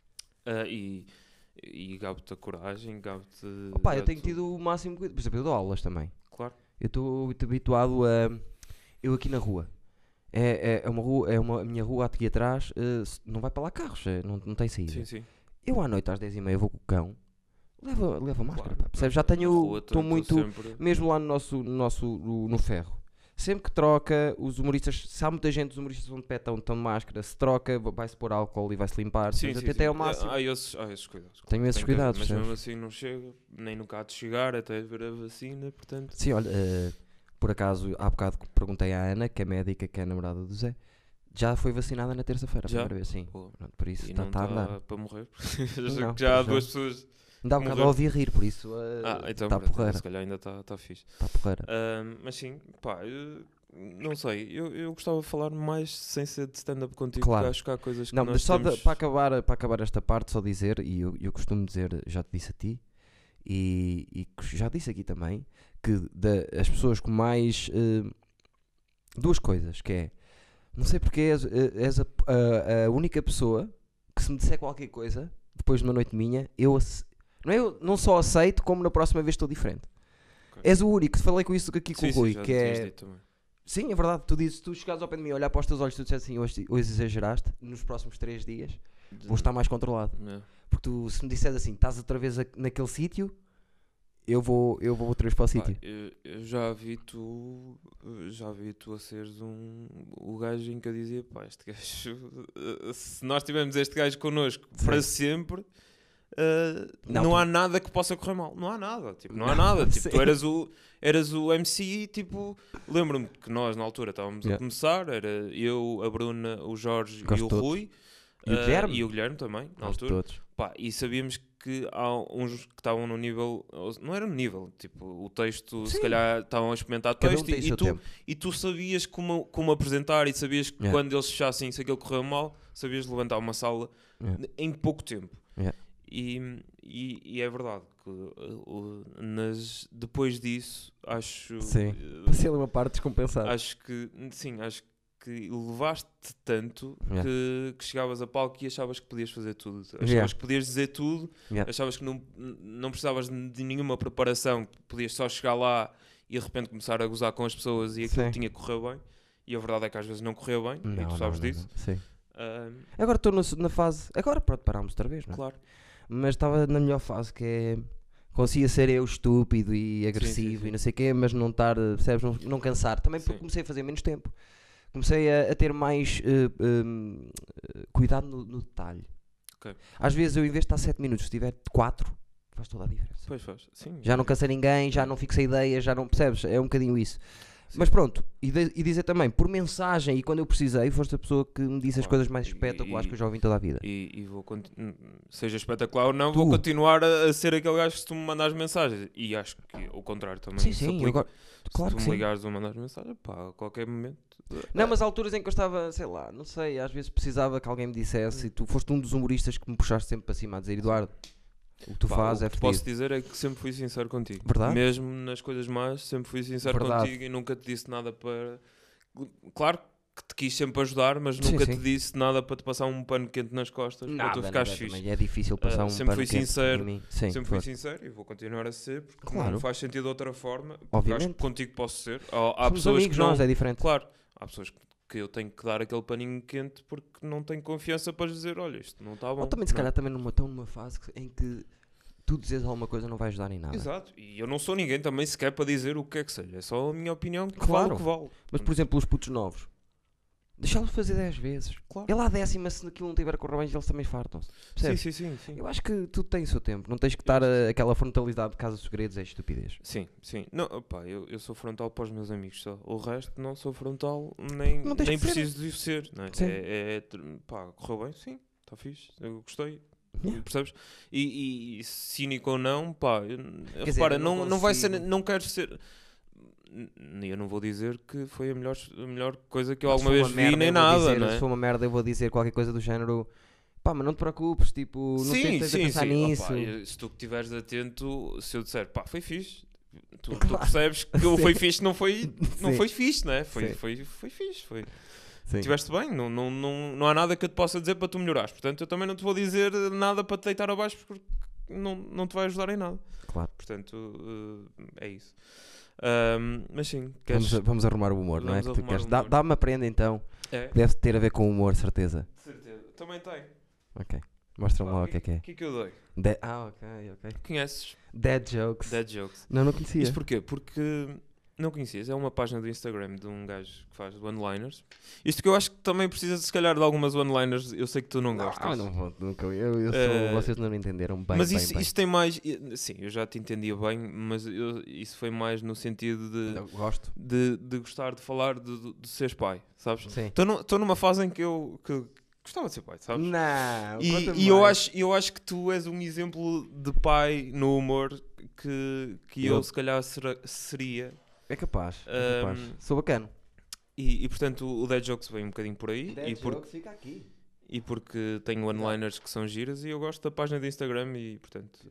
Ah, e e gabo-te a coragem, gabo-te. Opa, eu tenho gabo-te- tido o máximo cuidado. Por exemplo, eu dou aulas também. Claro. Eu estou muito habituado a. Eu aqui na rua. É, é, é uma rua, é uma a minha rua aqui atrás. eh, se- não vai para lá carros, eh, não, não tem saída. Sim, sim. Eu à noite às dez e meia vou com o cão. Leva, leva máscara, Claro. pá, percebes? Já Na tenho. rua, Estou tô- tô muito. sempre- Mesmo lá no nosso, no nosso no, no ferro. Sempre que troca, os humoristas, se há muita gente, os humoristas vão de pé, estão, estão de máscara, se troca, vai-se pôr álcool e vai-se limpar. Sim, Portanto, sim, até sim. ao máximo. Há esses, há esses cuidados. Tenho esses Tem que haver, cuidados, Mas mesmo percebes? assim não chega, nem nunca há de chegar até ver a vacina, portanto. Sim, olha, eh, por acaso, há bocado que perguntei à Ana, que é médica, que é a namorada do Zé, já foi vacinada na terça-feira, a Já? primeira vez, sim. Pô, Pronto, por isso e está não tá a está andar. para morrer. já Não, que já há já. duas pessoas. Ainda há um bocado morreu. ouvi rir, por isso eh, Ah, então está pronto, porreira. se calhar ainda está tá fixe. Está porreira. Ahm, mas sim, pá, eu não sei, eu, eu gostava de falar mais sem ser de stand-up contigo, Claro. porque acho que há coisas que Não, nós mas só de- temos... para, acabar, para acabar esta parte, só dizer, e eu, eu costumo dizer, já te disse a ti, e, e que já disse aqui também, que da- as pessoas com mais. eh, duas coisas, que é. Não sei porque és, eh, és a, a- a única pessoa que se me disser qualquer coisa, depois de uma noite minha, eu, ace- não, é, eu não só aceito, como na próxima vez estou diferente. Ok. És o único, falei com isso aqui com Sim, o sim, Rui, já que tinhas é. dito também. Sim, é verdade. Tu dizes, tu chegares ao pé de mim, olhar para os teus olhos e tu disseste assim, hoje, hoje exageraste, nos próximos três dias vou estar mais controlado. É. Porque tu, se me disseres assim, estás outra vez a- naquele sítio, eu vou, eu vou outra vez para o Pá, sítio. eu, eu já vi tu já vi tu a seres um o gajo em que eu dizia, pá, este gajo se nós tivermos este gajo connosco Sim. para sempre, uh, Não, não, tu- há nada que possa correr mal, não há nada, tipo, não há Não, nada, tipo, sim. tu eras o, eras o M C, tipo, lembro-me que nós na altura estávamos Yeah. a começar, era eu, a Bruna, o Jorge Gosto e o de todos. Rui, E o uh, Guilherme? e o Guilherme também, na Gosto de altura. todos. Pá, e sabíamos que há uns que estavam no nível, não era no nível, tipo, o texto, se Sim. calhar estavam a experimentar Cada um texto tem o e, seu e tu, tempo. e tu sabias como, como apresentar e sabias que Yeah. quando eles fechassem, se aquilo correu mal, sabias levantar uma sala Yeah. em pouco tempo. Yeah. E, e, e é verdade que uh, uh, nas, depois disso, acho, Sim. uh, Passei ali uma parte descompensada. acho que, sim, acho que levaste tanto Yeah. que, que chegavas a palco e achavas que podias fazer tudo. Achavas Yeah. que podias dizer tudo, Yeah. achavas que não, não precisavas de nenhuma preparação, podias só chegar lá e de repente começar a gozar com as pessoas e aquilo Sim. tinha que correr bem. E a verdade é que às vezes não correu bem, Não, e tu não, sabes não, disso. não. Sim. Ah, Agora estou no- na fase. Agora pronto, parámos outra vez, não é? claro. Mas estava na melhor fase, que é. Conseguia ser eu estúpido e agressivo sim, sim. e não sei o quê, mas não estar, eh, percebes, não, não cansar. Também porque Sim. comecei a fazer menos tempo. Comecei a, a ter mais eh, hum, eh, cuidado no, no detalhe. Ok. Às vezes eu, em vez de estar sete minutos, se tiver quatro, faz toda a diferença. Pois faz. Sim. Já não cansei ninguém, já não fixei ideias, já não percebes? É um bocadinho isso. Sim. Mas pronto, e, de- e dizer também, por mensagem e quando eu precisei, foste a pessoa que me disse as Claro. coisas mais E- espetaculares e- que eu já ouvi em toda a vida. E, e vou conti- seja espetacular ou não, Tu. vou continuar a, a ser aquele gajo que se tu me mandares mensagens. E acho que o contrário também Sim, se sim, eu aplica. agora, Se claro tu que me sim. ligares ou mandares mensagem, pá, a qualquer momento. Não, mas há alturas em que eu estava, sei lá, não sei, às vezes precisava que alguém me dissesse e tu foste um dos humoristas que me puxaste sempre para cima a dizer, Eduardo, o que tu Pá, fazes o é que te posso fedido. dizer é que sempre fui sincero contigo. Verdade? Mesmo nas coisas más, sempre fui sincero Verdade. contigo e nunca te disse nada para. Claro que te quis sempre ajudar, mas Sim, nunca sim. te disse nada para te passar um pano quente nas costas para Nada, tu ficares nada, fixe. também é difícil passar Ah, um sempre pano fui quente sincero, em mim. Sim, Sempre fui foste. sincero e vou continuar a ser porque Claro. não faz sentido de outra forma. Porque Obviamente. acho que contigo posso ser. Há, há Somos pessoas amigos que não. nós, é diferente. Claro, há pessoas que, que eu tenho que dar aquele paninho quente porque não tenho confiança para lhes dizer: olha, isto não está bom. Ou também se Não. calhar também numa, estão numa fase que- em que tu dizes alguma coisa não vai ajudar em nada. Exato, e eu não sou ninguém também sequer para dizer o que é que seja, é só a minha opinião que Claro. vale o que vale. Mas por exemplo, os putos novos, deixá-los fazer dez vezes. Claro. Ele à décima, se aquilo não tiver a correr bem, eles também fartam-se. Sim, Percebes? sim, sim, sim. Eu acho que tudo tem o seu tempo. Não tens que estar a, aquela frontalidade de casa de segredos, é estupidez. Sim, sim. Não, opá, eu, eu sou frontal para os meus amigos só. O resto não sou frontal, nem, Não tens nem que ser. preciso de o ser. Não é? Sim. É, é, pá, correu bem? Sim, está fixe, eu gostei. Yeah. Percebes? E, e cínico ou não, pá, eu, dizer, repara, eu não não, não vai ser, consigo- não quero ser. n- Eu não vou dizer que foi a melhor, a melhor coisa que eu Se alguma for vez uma vi, merda, nem eu vou nada, dizer- não é? Se for uma merda, eu vou dizer qualquer coisa do género. Pá, mas não te preocupes, tipo, não sim, tens a sim, pensar sim. nisso. Opa, eu- se tu estiveres atento, se eu disser, pá, foi fixe, tu, tu Claro. percebes que o Sim. foi fixe não foi, não Sim. foi fixe, não é? Foi, Sim. foi, foi fixe, foi. Sim. Estiveste bem, não, não, não, não há nada que eu te possa dizer para tu melhorares. Portanto, eu também não te vou dizer nada para te deitar abaixo porque não, não te vai ajudar em nada. Claro. Portanto, eh, é isso. Ahm, mas sim, queres... Vamos, vamos arrumar o humor, não é? Vamos Que tu arrumar queres. o Dá- humor. Dá-me a prenda então. É, Deve ter a ver com o humor, certeza. de certeza. Também tem. Ok. Mostra-me Pá, lá o que é que é. O que é que eu dei? De- Ah, ok, ok. Conheces? Dead jokes. Dead Jokes. Não, não conhecia. Isto porquê? Porque não conhecias. É uma página do Instagram de um gajo que faz one-liners. Isto que eu acho que também precisa, se calhar, de algumas one-liners. Eu sei que tu não gostas. Ah, não vou, nunca. Eu, eu sou, Eh, vocês não me entenderam bem. mas bem, isso, bem. isso tem mais. Sim, eu já te entendia bem, mas eu- isso foi mais no sentido de, Eu gosto. de, de gostar de falar de, de, de seres pai, sabes? Sim. Estou numa fase em que eu que gostava de ser pai, sabes? Não, E, conta-me e eu, mais. acho, eu acho que tu és um exemplo de pai no humor que, que eu, Eu- se calhar será- seria. É capaz. É capaz. Ahm, Sou bacana. E, e portanto o Dead Jokes vem um bocadinho por aí. Dead E, por, jokes fica aqui. e porque tenho one-liners que são giras e eu gosto da página do Instagram e portanto é,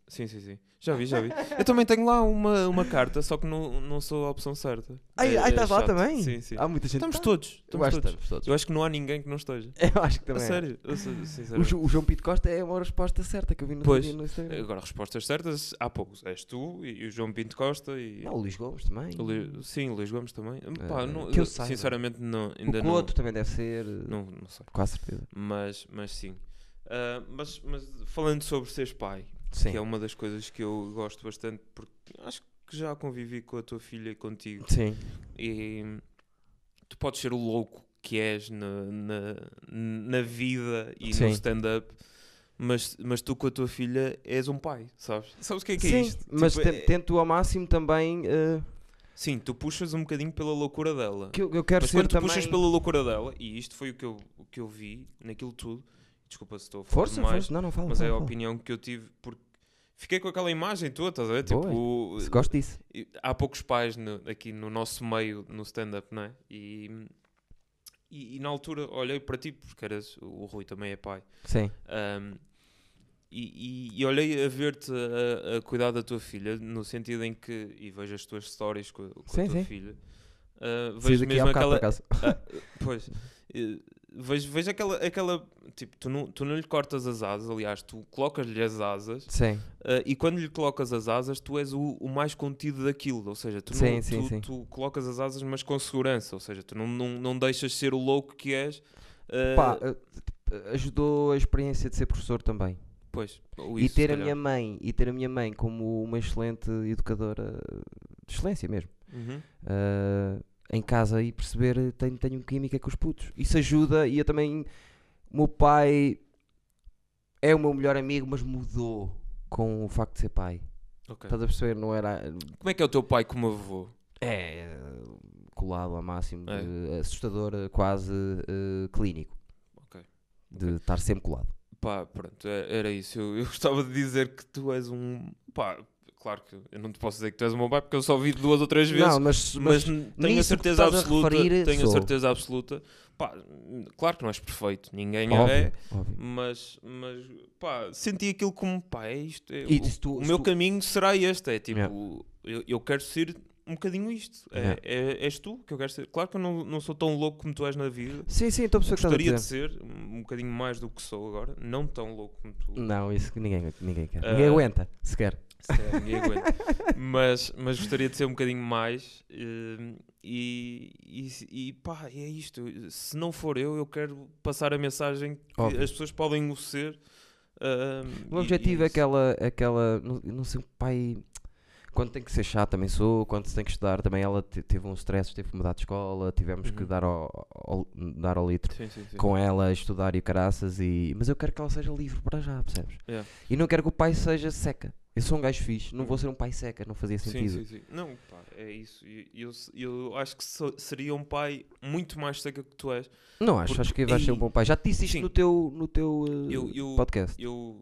Sim, sim, sim. Já vi, já vi. Eu também tenho lá uma, uma carta, só que não, não sou a opção certa. Ai, É- ai, é estás lá chato. também? Sim, sim. Há muita gente. Estamos que tá. todos. Eu Estamos acho que todos. estamos todos. Eu acho que não há ninguém que não esteja. Eu acho que A também. é. sério, eu sou- O, sinceramente. Jo- o João Pinto Costa é uma resposta certa que eu vi no Pois. dia no Instagram. Agora, respostas certas, há poucos. És tu e, e o João Pinto Costa e... Não, o Luís Gomes também. o Lu- Sim, o Luís Gomes também. Pá, Eh, não- que eu saiba. sinceramente, não, ainda o não, Couto também deve ser. não... Não sei. Com certeza. Mas, mas sim. Ah, mas, mas falando sobre seres pai, Sim. que é uma das coisas que eu gosto bastante, porque acho que já convivi com a tua filha e contigo. Sim. E tu podes ser o louco que és na, na, na vida e Sim. no stand-up, mas, mas tu com a tua filha és um pai, sabes? Sabes o que é que é Sim, isto? mas Tipo, te- é- tento ao máximo também. eh, Sim, tu puxas um bocadinho pela loucura dela. que eu, eu quero Mas ser quando tu também. puxas pela loucura dela, e isto foi o que eu, o que eu vi naquilo tudo, desculpa se estou a falar Força, demais, força. Não, não fala. mas fala, é a fala. opinião que eu tive, porque fiquei com aquela imagem toda, estás a ver? Tipo, Se gosto disso. e- há poucos pais no- aqui no nosso meio, no stand-up, não é? E, e, e na altura olhei para ti, porque eras, o Rui também é pai, Sim. Ahm, e, e- e olhei a ver-te a, a cuidar da tua filha, no sentido em que, e vejo as tuas stories com, a- com Sim, a tua sim. filha, ah, Saí vejo daqui há mesmo bocado, por aquela... acaso. Ah, pois, eh, vejo, vejo aquela, aquela tipo, tu não, tu não lhe cortas as asas, aliás, tu colocas-lhe as asas, Sim. eh, e quando lhe colocas as asas, tu és o, o mais contido daquilo, ou seja, tu, Sim, não, sim, tu, sim. tu colocas as asas, mas com segurança, ou seja, tu não, não, não deixas ser o louco que és. eh, Pá, eh, tipo, ajudou a experiência de ser professor também. pois, ou E isso, ter se a minha calhar. mãe e ter a minha mãe como uma excelente educadora de excelência mesmo. Uhum. eh, em casa e perceber eh, tenho, tenho química com os putos. Isso ajuda e eu também. O meu pai é o meu melhor amigo, mas mudou com o facto de ser pai. Ok. Estás a perceber? Não era. Como é que é o teu pai como avô? É eh, colado ao máximo, É. de- assustador, eh, quase eh, clínico. Ok. De estar sempre colado. Pá, pronto, é- era isso. Eu, eu gostava de dizer que tu és um. Pá, claro que eu não te posso dizer que tu és o meu pai porque eu só vi duas ou três vezes. Não, mas, Mas, mas n- tenho a nisso que certeza estás a absoluta, referir, tenho a sou. certeza absoluta, pá, claro que não és perfeito, ninguém óbvio, é, óbvio. mas, mas pá, senti aquilo como, pá, é isto, é, E o, se tu- o se meu tu- caminho será este, é tipo, Yeah. eu, eu quero ser um bocadinho isto, é, Yeah. é- és tu que eu quero ser, claro que eu não, não sou tão louco como tu és na vida, Sim, sim, estou a perceber o que estás a gostaria de dizer. ser um bocadinho mais do que sou agora, não tão louco como tu. Não, isso que ninguém, ninguém quer. Ah, Ninguém aguenta, sequer. Sério, ninguém aguenta. mas, mas gostaria de ser um bocadinho mais eh, e, e, e pá, é isto. Se não for eu, eu quero passar a mensagem que Óbvio. as pessoas podem o ser. ah, O e- objetivo e é isso. aquela, aquela não, não sei, o pai, quando tem que ser chato também sou, quando se tem que estudar também ela te- teve um stress, teve que mudar de escola, tivemos que Uhum. dar ao, ao- dar ao litro Sim, sim, sim. com ela a estudar e o caraças, e, mas eu quero que ela seja livre para já, percebes? Yeah. E não quero que o pai seja seca. Eu sou um gajo fixe, não vou ser um pai seca, não fazia Sim, sentido. sim, sim. Não, pá, é isso. E Eu, eu, acho que sou- seria um pai muito mais seca que tu és. Não acho, Porque- acho que vais ser um Ei, bom pai. Já te disse isto sim. no teu, no teu eh, Eu- eu- podcast. Eu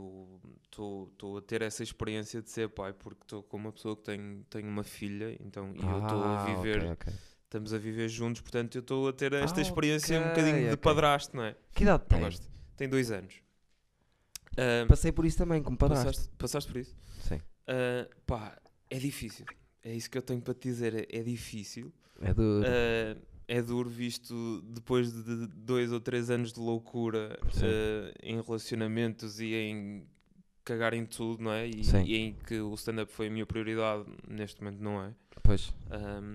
estou a ter essa experiência de ser pai porque estou com uma pessoa que tem, tem uma filha, então e eu estou a Ah, viver. ok, ok. Estamos a viver juntos, portanto eu estou a ter esta Ah, experiência um ok, bocadinho de ok. padrasto, não é? Que idade Não tem? gosto. Tem dois anos. Ah, Passei por isso também, como padrasto. passaste, passaste por isso? Sim. Ah, pá, é difícil. É isso que eu tenho para te dizer. É, é difícil. É do... Ah, é duro visto depois de dois ou três anos de loucura Sim. ah, em relacionamentos e em cagar em tudo, não é? E, Sim. e em que o stand-up foi a minha prioridade, neste momento não é. Pois. Um,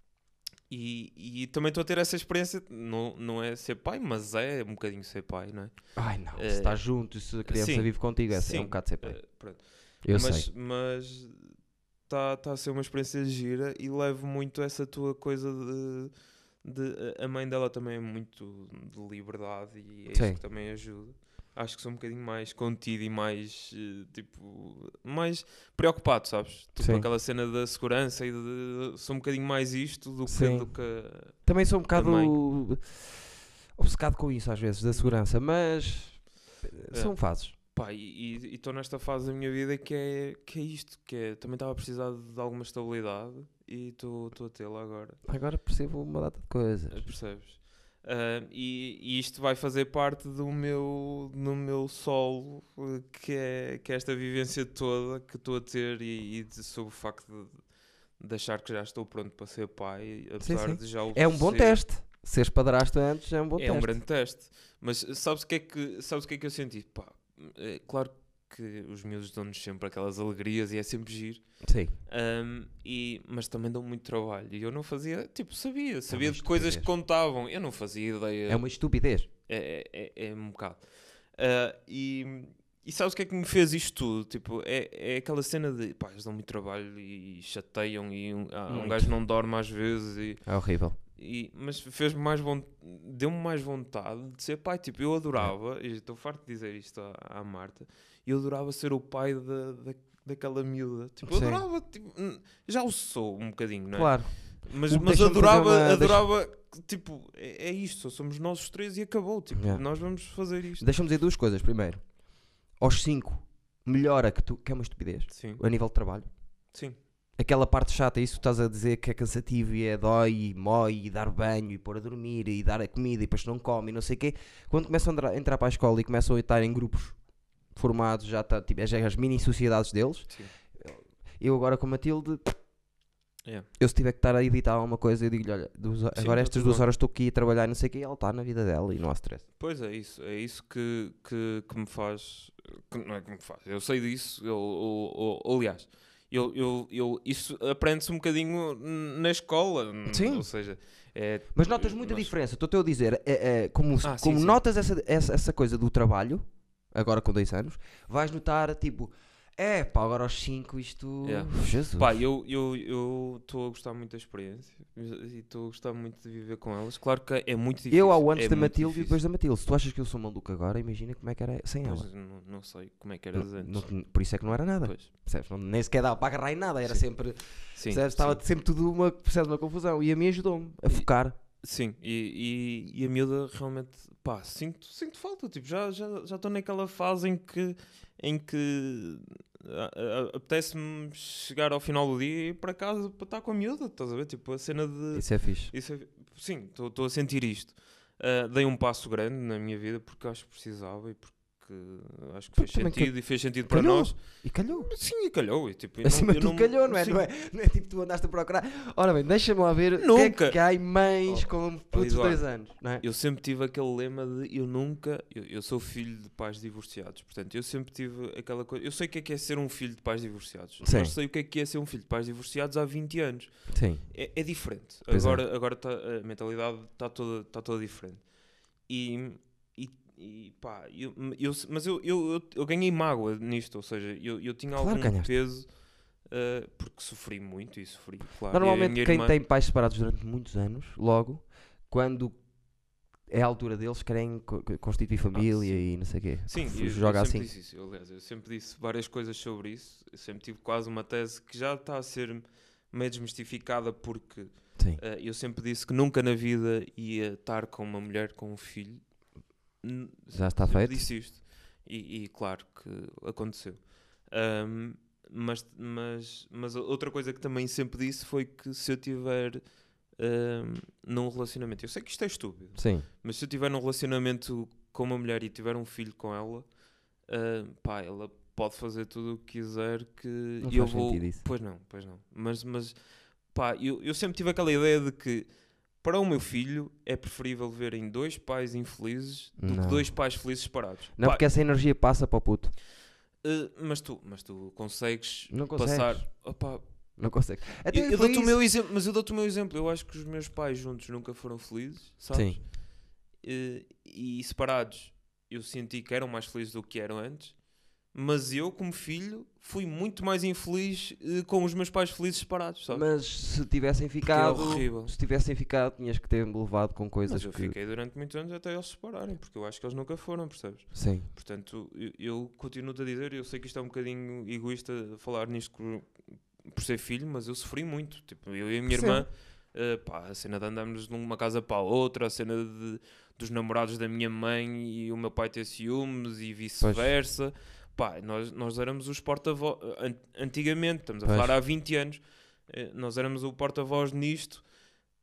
e, e também estou a ter essa experiência, não, não é ser pai, mas é um bocadinho ser pai, não é? Ai não, Eh, se estás junto, se a criança sim, vive contigo, é, é sim, um bocado de ser pai. Uh, pronto. Eu mas sei. mas está tá a ser uma experiência gira e levo muito essa tua coisa de, de a mãe dela também é muito de liberdade e é Sim. isso que também ajuda. Acho que sou um bocadinho mais contido e mais eh, tipo mais preocupado, sabes? Tipo Sim. aquela cena da segurança e de sou um bocadinho mais isto do que, Sim. do que Também sou um bocado mãe. obcecado com isso às vezes, da segurança, mas É. são fases. pá, e estou nesta fase da minha vida que é, que é isto, que é, também estava a precisar de alguma estabilidade e estou a tê-la agora, Agora percebo uma data de coisas. percebes? Uh, e, e isto vai fazer parte do meu, do meu solo, que é, que é esta vivência toda que estou a ter e, e de, sobre o facto de, de achar que já estou pronto para ser pai, apesar Sim, sim. de já o É um bom ser. teste. Seres padrasto antes é um bom É teste. um grande teste. Mas sabes o que é que, sabes o que é que eu senti? Pá, é claro que os miúdos dão-nos sempre aquelas alegrias e é sempre giro. Sim. Um, e, mas também dão muito trabalho. E eu não fazia, tipo, sabia. Sabia de estupidez. coisas que contavam. Eu não fazia ideia. É uma estupidez. É, é, é, é um bocado. Uh, e, e sabes o que é que me fez isto tudo? Tipo, é, é aquela cena de, pá, eles dão muito trabalho e chateiam e um, ah, um Muito. gajo não dorme às vezes. E, É horrível. e, mas fez-me mais vontade, deu-me mais vontade de ser pai. Tipo, eu adorava, e estou farto de dizer isto à, à Marta, eu adorava ser o pai da, da, daquela miúda. Tipo, eu Sim. adorava, tipo, já o sou um bocadinho, não é? Claro. Mas, O- mas deixa-me adorava, fazer uma- adorava, tipo, é, é isto, só somos nós os três e acabou. Tipo, Yeah. nós vamos fazer isto. Deixa-me dizer duas coisas. Primeiro, aos cinco, melhora que tu, que é uma estupidez, Sim, a nível de trabalho. sim, Aquela parte chata, isso que estás a dizer que é cansativo e é dói e mói e dar banho e pôr a dormir e dar a comida e depois não come e não sei o quê. Quando começam a entrar, entrar para a escola e começam a estar em grupos formados, já está, tipo, já é as mini sociedades deles. sim. Eu agora com a Matilde, Yeah. eu se tiver que estar a editar alguma coisa, eu digo-lhe, olha, duas, Sim, agora tá estas tudo duas bem. horas estou aqui a trabalhar e não sei o quê, e ela está na vida dela e não há stress. Pois é isso, é isso que, que, que me faz, que não é que me faz, eu sei disso, eu, eu, eu, aliás, eu, eu, eu, isso aprende-se um bocadinho na escola, Sim. ou seja, é, Mas notas muita nós- diferença, estou-te a dizer, é, é, como, Ah, sim, como sim. notas essa, essa, essa coisa do trabalho, agora com dois anos, vais notar tipo, é pá, agora aos cinco isto, Yeah. Jesus. Pá, eu estou eu, eu a gostar muito da experiência e estou a gostar muito de viver com elas. Claro que é muito difícil. eu ao antes é da muito Matilde e difícil. depois da Matilde, se tu achas que eu sou maluco agora, imagina como é que era sem Pois, ela. não, não sei como é que eras Não- antes. não- por isso é que não era nada, Pois. percebes? Não, nem sequer dava para agarrar em nada, era Sim. sempre, Sim, percebes? Estava sim. sempre tudo uma, percebes, uma confusão e a mim ajudou-me a E- focar. Sim, e, e, e a miúda realmente, pá, sinto, sinto falta, tipo, já já já estou naquela fase em que, em que a- a- apetece-me chegar ao final do dia e ir para casa para estar com a miúda, estás a ver? Tipo, a cena de... Isso é fixe. Isso é- sim, estou a sentir isto. Ah, dei um passo grande na minha vida porque acho que precisava e porque acho que fez Porque também sentido e fez sentido para calhou. nós. E calhou. Sim, e calhou. E, tipo, eu Acima não, de eu tudo não- calhou, não é? sim. Não é? Não é tipo tu andaste a procurar. Ora bem, deixa-me lá ver o que é Nunca. que há em mães Oh, com putos de Eduardo, dois anos, não é? Eu sempre tive aquele lema de eu nunca. Eu, eu sou filho de pais divorciados, portanto, eu sempre tive aquela coisa. Eu sei o que é que é ser um filho de pais divorciados, Sim. mas sei o que é que é ser um filho de pais divorciados há vinte anos. Sim. É, é diferente. Pois é. Agora, agora tá, a mentalidade está toda, tá toda diferente. E, e, e pá, eu, eu- mas eu, eu, eu, eu ganhei mágoa nisto, ou seja, eu, eu tinha Claro algum que ganhaste. peso uh, porque sofri muito e sofri, claro. E a Normalmente minha quem irmã- tem pais separados durante muitos anos, logo, quando é a altura deles, querem co- co- constituir família sim. e não sei o quê. Sim, F- eu, joga eu assim. sempre disse isso. Eu, aliás, eu sempre disse várias coisas sobre isso. Eu sempre tive quase uma tese que já está a ser meio desmistificada porque Sim. uh, eu sempre disse que nunca na vida ia estar com uma mulher com um filho. N- Já está sempre feito? disse isto. E, e claro que aconteceu. Ahm, mas, mas, mas outra coisa que também sempre disse foi que se eu tiver ahm, num relacionamento, eu sei que isto é estúpido, Sim. mas se eu tiver num relacionamento com uma mulher e tiver um filho com ela, ah, pá, ela pode fazer tudo o que quiser que Não eu faz vou. sentido isso. Pois não, pois não. Mas, mas pá, eu, eu sempre tive aquela ideia de que para o meu filho é preferível verem dois pais infelizes do Não. que dois pais felizes separados. Não, Pá, porque essa energia passa para o puto. ah, mas, tu, mas tu consegues Não consegues. passar. Opá, Não consegue. Até eu, eu foi dou-te o isso. meu exemplo, mas eu dou-te o meu exemplo. Eu acho que os meus pais juntos nunca foram felizes, sabes? Sim. Eh, e separados eu senti que eram mais felizes do que eram antes, mas eu, como filho, fui muito mais infeliz eh, com os meus pais felizes separados, sabes? Mas se tivessem ficado, horrível. se tivessem ficado, tinhas que ter levado com coisas Mas eu que... fiquei durante muitos anos até eles se separarem, porque eu acho que eles nunca foram, percebes? Sim. Portanto, eu, eu continuo-te a dizer, eu sei que isto é um bocadinho egoísta falar nisto por, por ser filho, mas eu sofri muito. Tipo, eu e a minha Percebo. irmã, eh, pá, a cena de andarmos de uma casa para a outra, a cena de, dos namorados da minha mãe e o meu pai ter ciúmes e vice-versa. Pá, nós, nós éramos os porta-voz, an- antigamente, estamos a Pois. falar há vinte anos, eh, nós éramos o porta-voz nisto.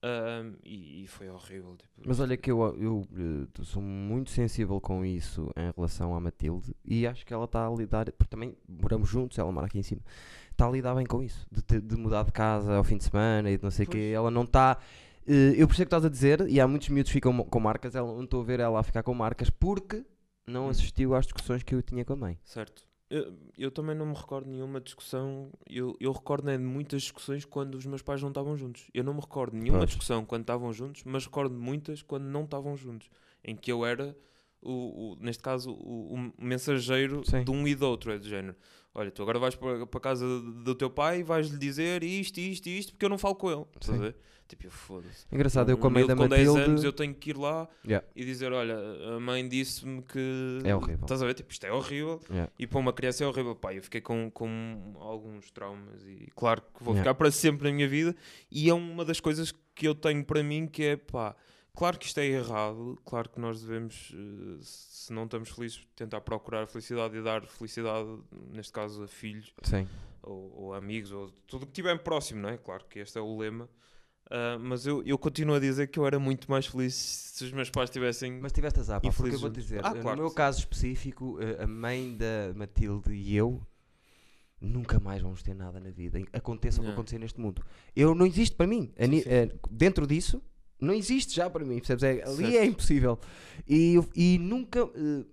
Um, e, e foi horrível. Tipo, Mas olha que eu, eu, eu sou muito sensível com isso em relação à Matilde e acho que ela está a lidar, porque também moramos juntos, ela mora aqui em cima, está a lidar bem com isso, de, te- de mudar de casa ao fim de semana e de não sei o quê. Ela não está. eh, Eu percebo o que estás a dizer, e há muitos miúdos que ficam mo- com marcas, ela não estou a ver ela a ficar com marcas porque não Hum. assistiu às discussões que eu tinha com a mãe. certo. Eu, eu também não me recordo de nenhuma discussão. Eu, eu recordo né, de muitas discussões quando os meus pais não estavam juntos. Eu não me recordo de nenhuma Pois. discussão quando estavam juntos, mas recordo de muitas quando não estavam juntos. Em que eu era, o, o- neste caso, o, o mensageiro Sim. de um e do outro. É do género: olha, tu agora vais para, para a casa do teu pai e vais-lhe dizer isto, isto e isto, porque eu não falo com ele. Estás a Sim. ver? Tipo, eu foda-se. Engraçado, eu Um com a mãe da miúdo com dez anos Matilde. eu tenho que ir lá Yeah, e dizer: olha, a mãe disse-me que. É horrível. Estás a ver? Tipo, isto é horrível. yeah. E para uma criança é horrível. Pá, eu fiquei com, com alguns traumas e claro que vou Yeah. ficar para sempre na minha vida. E é uma das coisas que eu tenho para mim que é, pá, claro que isto é errado. Claro que nós devemos, eh, se não estamos felizes, tentar procurar felicidade e dar felicidade, neste caso a filhos Sim. ou, ou amigos, ou tudo o que estiver próximo, não é? Claro que este é o lema. Ah, mas eu, eu continuo a dizer que eu era muito mais feliz se os meus pais tivessem. Mas tiveste azar, pá, porque eu Infelizes vou juntos. dizer, Ah, eh, claro no meu que sim. caso específico, eh, a mãe da Matilde e eu nunca mais vamos ter nada na vida. Aconteça o que Não. acontecer neste mundo. Eu não existe para mim. A Sim, ni- sim. eh, dentro disso, não existe já para mim. Percebes? É, ali Certo. é impossível. E, eu- e nunca. eh,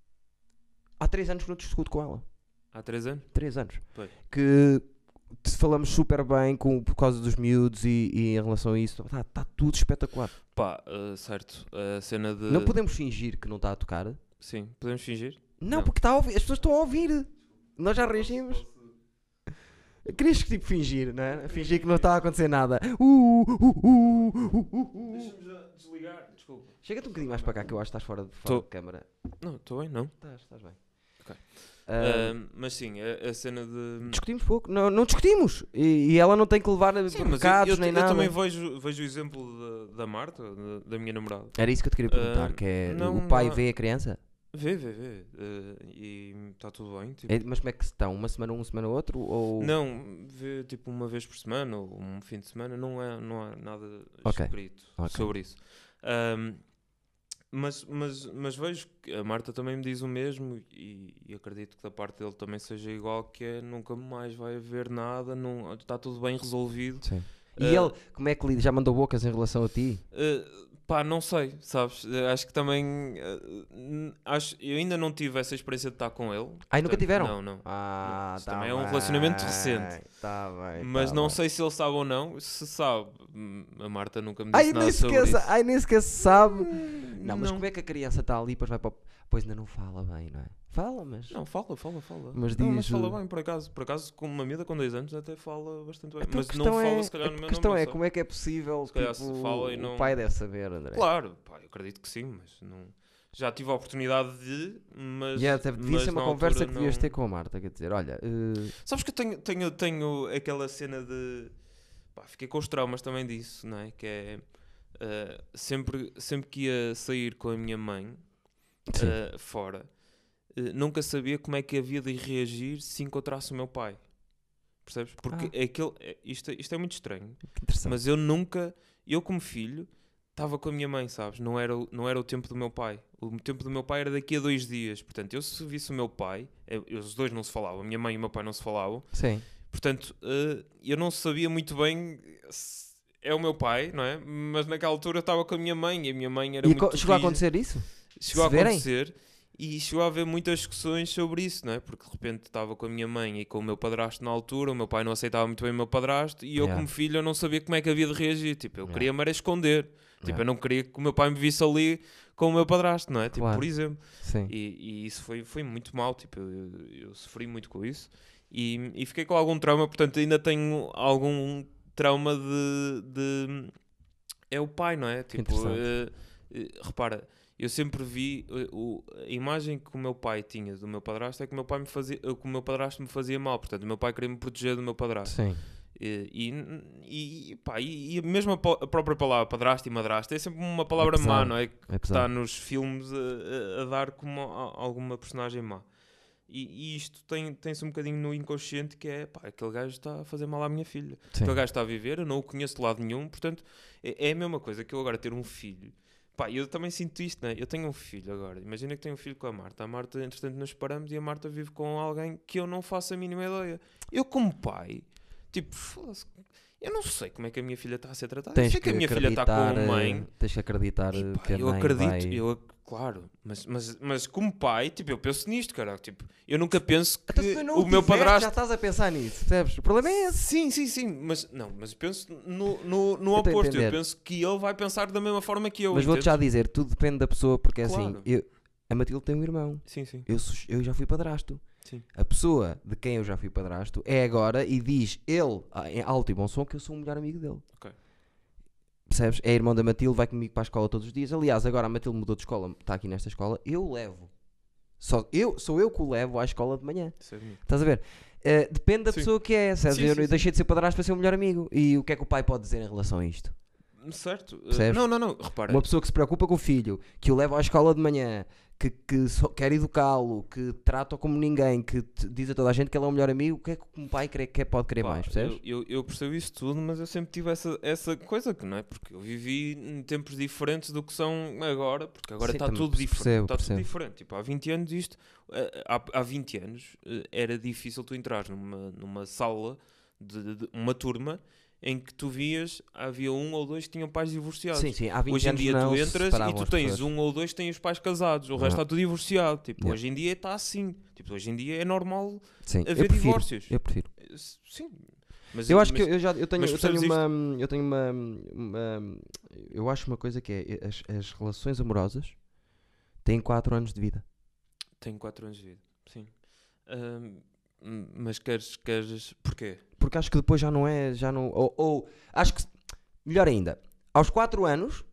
há três anos que não discuto com ela. Há três anos? Três anos. Pois. Que te falamos super bem com, por causa dos miúdos e, e em relação a isso. Está tá tudo espetacular. Pá, ah, certo. A cena de. Não podemos fingir que não está a tocar. Sim, podemos fingir? Não, Não. porque está a ouvir. As pessoas estão a ouvir. Nós já reagimos. Querias que tipo fingir, não é? Fingir que não está a acontecer nada. Uh, uh, uh, uh, uh, uh. Deixa-me já desligar. Desculpa. Chega-te um bocadinho mais para cá que eu acho que estás fora de, fora Tô. de câmara. Não, estou bem, não. Estás, estás bem. Ok. Ah, Ah, mas sim, a, a cena de. discutimos pouco. Não, não discutimos. E, e ela não tem que levar Sim, mas eu, recados eu, nem eu nada. também vejo, vejo o exemplo da, da Marta, da, da minha namorada. Era isso que eu te queria perguntar. Ah, que é, não, o pai não há- vê a criança? Vê, vê, vê. Ah, e está tudo bem. Tipo, É, mas como é que estão? Uma semana um, uma semana outro? Ou... Não, vê tipo uma vez por semana ou um fim de semana, não, é, não há nada Ok, escrito ok. sobre isso. Ahm, mas, mas, mas vejo que a Marta também me diz o mesmo e, e acredito que da parte dele também seja igual, que é nunca mais vai haver nada, não, está tudo bem resolvido. Sim. E Ah, ele, como é que lida? Já mandou bocas em relação a ti? Uh, pá, não sei, sabes? Uh, acho que também. uh, n- acho, eu ainda não tive essa experiência de estar com ele. Ai, nunca portanto, tiveram? Não, não. Ah, Isso tá também é um bem, relacionamento recente. Tá bem. Mas tá não bem. sei se ele sabe ou não. Se sabe, hum, a Marta nunca me Ai, disse nem nada sobre sequer, isso. sa- ai, nem sequer se sabe. Hum, Não, mas como é que a criança está ali e depois vai para o... Pois ainda não fala bem, não é? Fala, mas... Não, fala, fala, fala. Mas não, mas diz, fala uh, bem, por acaso. Por acaso, com uma miúda com dois anos até fala bastante bem. Então, mas a não questão fala, é, se calhar, no a meu questão nome. é não como é que é possível, Se calhar se tipo, fala e o não- pai deve saber, André. sei. Claro, pá, eu acredito que sim, mas não. Já tive a oportunidade de, mas. Yeah, deve- devia mas ser uma na conversa altura que devias não- ter com a Marta, quer dizer, olha... eh, Sabes que eu tenho, tenho, tenho aquela cena de. Pá, fiquei com os traumas também disso, não é? Que é. ah, sempre, sempre que ia sair com a minha mãe sim. ah, fora, ah, nunca sabia como é que havia de reagir se encontrasse o meu pai. Percebes? Porque Ah. aquele, é- isto, é- isto é muito estranho. Que interessante. Mas eu nunca. Eu, como filho, estava com a minha mãe, sabes? Não era, o- não era o tempo do meu pai. O tempo do meu pai era daqui a dois dias. Portanto, eu se visse o meu pai, eu- eu- os dois não se falavam, a minha mãe e o meu pai não se falavam. Sim. Portanto, eh, eu não sabia muito bem se é o meu pai, não é? Mas naquela altura eu estava com a minha mãe e a minha mãe era E muito co- chegou a rígida. acontecer isso? Chegou a se verem? acontecer e chegou a haver muitas discussões sobre isso, não é? Porque de repente estava com a minha mãe e com o meu padrasto na altura, o meu pai não aceitava muito bem o meu padrasto e eu Yeah. como filho eu não sabia como é que havia de reagir. Tipo, eu Yeah. queria-me era esconder. Tipo, Yeah. eu não queria que o meu pai me visse ali com o meu padrasto, não é? Tipo, Claro. por exemplo. Sim. E, e isso foi, foi muito mal, tipo, eu, eu- eu sofri muito com isso e, e fiquei com algum trauma, portanto ainda tenho algum trauma de... de- é o pai, não é? Tipo, interessante. eh, eh, repara, eu sempre vi eh, o, a imagem que o meu pai tinha do meu padrasto é que o meu pai me fazia, eh, que o meu padrasto me fazia mal, portanto o meu pai queria me proteger do meu padrasto. Sim. E, e, e, pá, e, e mesmo a, pa- a própria palavra padrasto e madrasto é sempre uma palavra É pesado. má, não é? É Que está pesado. nos filmes a, a- a dar como a- alguma personagem má. E, e isto tem, tem-se um bocadinho no inconsciente, que é, pá, aquele gajo está a fazer mal à minha filha. Sim. Aquele gajo está a viver, eu não o conheço de lado nenhum, portanto, é, é a mesma coisa que eu agora ter um filho. Pá, eu também sinto isto, né? Eu tenho um filho agora. Imagina que tenho um filho com a Marta. A Marta, entretanto, nos separamos e a Marta vive com alguém que eu não faço a mínima ideia. Eu, como pai, tipo, foda-se, eu não sei como é que a minha filha está a ser tratada. Tens eu sei que, que a minha filha está com a acreditar, mãe. eh, Tens que acreditar E, eh, pá, que a eu mãe acredito, vai... eu, ac- claro, mas, mas, mas como pai, tipo, eu penso nisto, cara. Tipo, eu nunca penso que Então, se tu não o meu tiveste, padrasto. já estás a pensar nisso, percebes? O problema é esse. Sim, sim, sim, mas não, mas penso no, no, no Eu tô a oposto. Eu entender. penso que ele vai pensar da mesma forma que eu. Mas vou-te já entendes? dizer, tudo depende da pessoa, porque é assim, Claro. eu, a Matilde tem um irmão, Sim, sim, eu, sou- eu já fui padrasto. sim. A pessoa de quem eu já fui padrasto é agora e diz ele, ah, em alto e bom som, que eu sou o melhor amigo dele. Ok. Percebes? É irmão da Matilde, vai comigo para a escola todos os dias. Aliás, agora a Matilde mudou de escola, está aqui nesta escola, eu o levo. Só, eu, sou eu que o levo à escola de manhã. Isso é bonito. Estás a ver? Eh, depende da Sim. pessoa que é. Sabes? Sim, eu sim, sim. deixei de ser padrasto para ser o melhor amigo. E o que é que o pai pode dizer em relação a isto? Certo. Uh, Percebes? não, não, não. Repara. Uma pessoa que se preocupa com o filho, que o leva à escola de manhã, que, que só quer educá-lo, que trata-o como ninguém, que te- diz a toda a gente que ele é o melhor amigo, o que é que um pai quer, quer, pode querer Pá, mais? Percebes? Eu, eu, eu percebo isso tudo, mas eu sempre tive essa, essa coisa que não é, porque eu vivi em tempos diferentes do que são agora, porque agora Sim, está também tudo percebo, diferente. Está tudo percebo. diferente. Tipo, há vinte anos isto, eh, há, há vinte anos eh, era difícil tu entrares numa, numa sala de, de uma turma em que tu vias, havia um ou dois que tinham pais divorciados. Sim, sim, há vinte Hoje em anos dia não tu se entras e separavam tu as tens pessoas. um ou dois que têm os pais casados, o resto Yeah. está tudo divorciado. Tipo, Yeah. hoje em dia está assim. Tipo, hoje em dia é normal Sim, eu haver prefiro, divórcios. eu prefiro. Eh, Sim. Mas, Eu acho mas- que eu já eu tenho, mas eu tenho percebes uma eu tenho uma, uma- eu acho uma coisa que é as, as relações amorosas têm quatro anos de vida. Tenho quatro anos de vida, sim. Ahm, hum, mas queres, queres... Porquê? Porque acho que depois já não é, já não, ou, ou acho que, melhor ainda, aos quatro anos,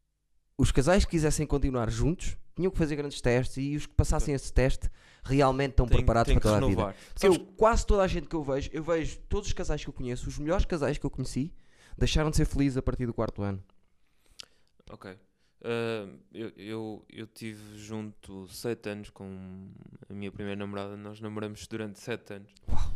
os casais que quisessem continuar juntos tinham que fazer grandes testes e os que passassem esse teste realmente estão Tem- preparados tem para que toda a vida. renovar. Porque Sabes- eu, quase toda a gente que eu vejo, eu vejo todos os casais que eu conheço, os melhores casais que eu conheci, deixaram de ser felizes a partir do quarto ano. Ok. Ah, eu, eu, eu tive junto sete anos com a minha primeira namorada. Nós namoramos durante sete anos.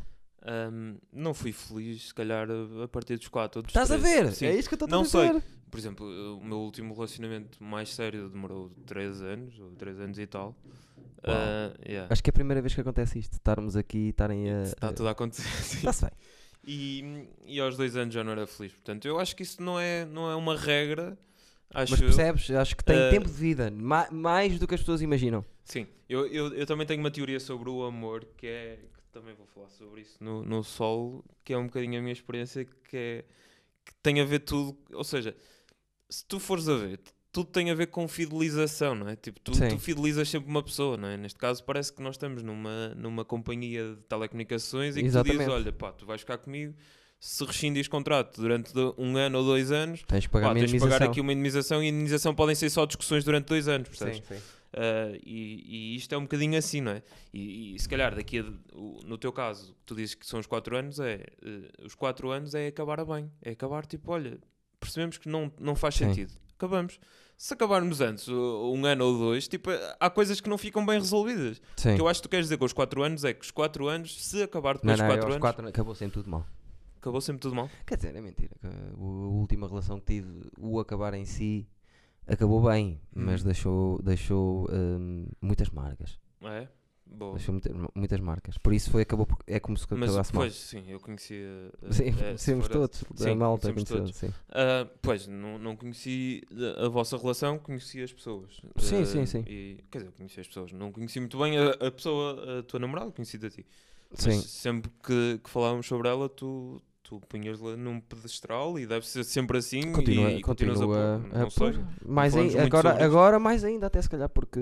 Ahm, não fui feliz, se calhar, a, a partir dos quatro ou dos Estás a três. ver? Sim. É isso que eu estou a Não dizer. sei. Por exemplo, o meu último relacionamento mais sério demorou três anos, ou três anos e tal. Ah, yeah. Acho que é a primeira vez que acontece isto. Estarmos aqui e estarem a. Está tudo a acontecer. sim. Está-se bem. E, e aos dois anos já não era feliz. Portanto, eu acho que isso não é, não é uma regra. Acho Mas eu. percebes? Acho que tem Eh, tempo de vida. Ma- mais do que as pessoas imaginam. Sim, eu, eu, eu também tenho uma teoria sobre o amor que é. Que também vou falar sobre isso no, no solo, que é um bocadinho a minha experiência, que é. Que tem a ver tudo. Ou seja, se tu fores a ver, tudo tem a ver com fidelização, não é? Tipo, tu, Sim. tu fidelizas sempre uma pessoa, não é? Neste caso, parece que nós estamos numa, numa companhia de telecomunicações e que tu Exatamente. dizes: olha, pá, tu vais ficar comigo. Se rescindes contrato durante do- um ano ou dois anos, Tens que pagar pá, uma tens de pagar indemnização. aqui uma indemnização e a indemnização podem ser só discussões durante dois anos, percebes? Sim, sim. Uh, e, e isto é um bocadinho assim, não é? E, e se calhar daqui a, o- no teu caso, tu dizes que são os quatro anos, é uh, os quatro anos é acabar a bem, é acabar tipo, olha, percebemos que não, não faz Sim. sentido, acabamos. Se acabarmos antes, uh, um ano ou dois, tipo, há coisas que não ficam bem resolvidas. Sim. O que eu acho que tu queres dizer com os quatro anos é que os quatro anos, se acabar Não, depois não, dos eu quatro aos anos, quatro acabou sempre tudo mal. acabou sempre tudo mal. Quer dizer, é mentira. que A a última relação que tive, o acabar em si, acabou bem, mas Hum. deixou, deixou hum, muitas marcas. É? Boa. Deixou muita- muitas marcas. Por isso foi, acabou, por- é como se Mas, acabasse mal. pois, sim, eu conhecia... uh, Sim, uh, se conhecemos for- todos. Sim, A malta conhecemos conheceu, sim. Ah, pois, não, não conheci a, a vossa relação, conheci as pessoas. Sim, Ah, sim, sim. E, quer dizer, conheci as pessoas. Não conheci muito bem a, a pessoa, a tua namorada, conheci-te a ti. Mas Sim. sempre que, que falávamos sobre ela, tu, tu punhas-la num pedestral e deve ser sempre assim. Continua, e, e continuas a continua pôr. a, Não pôr. sei. Mais falamos ai- muito agora, sobre isto. agora mais ainda, até se calhar, porque.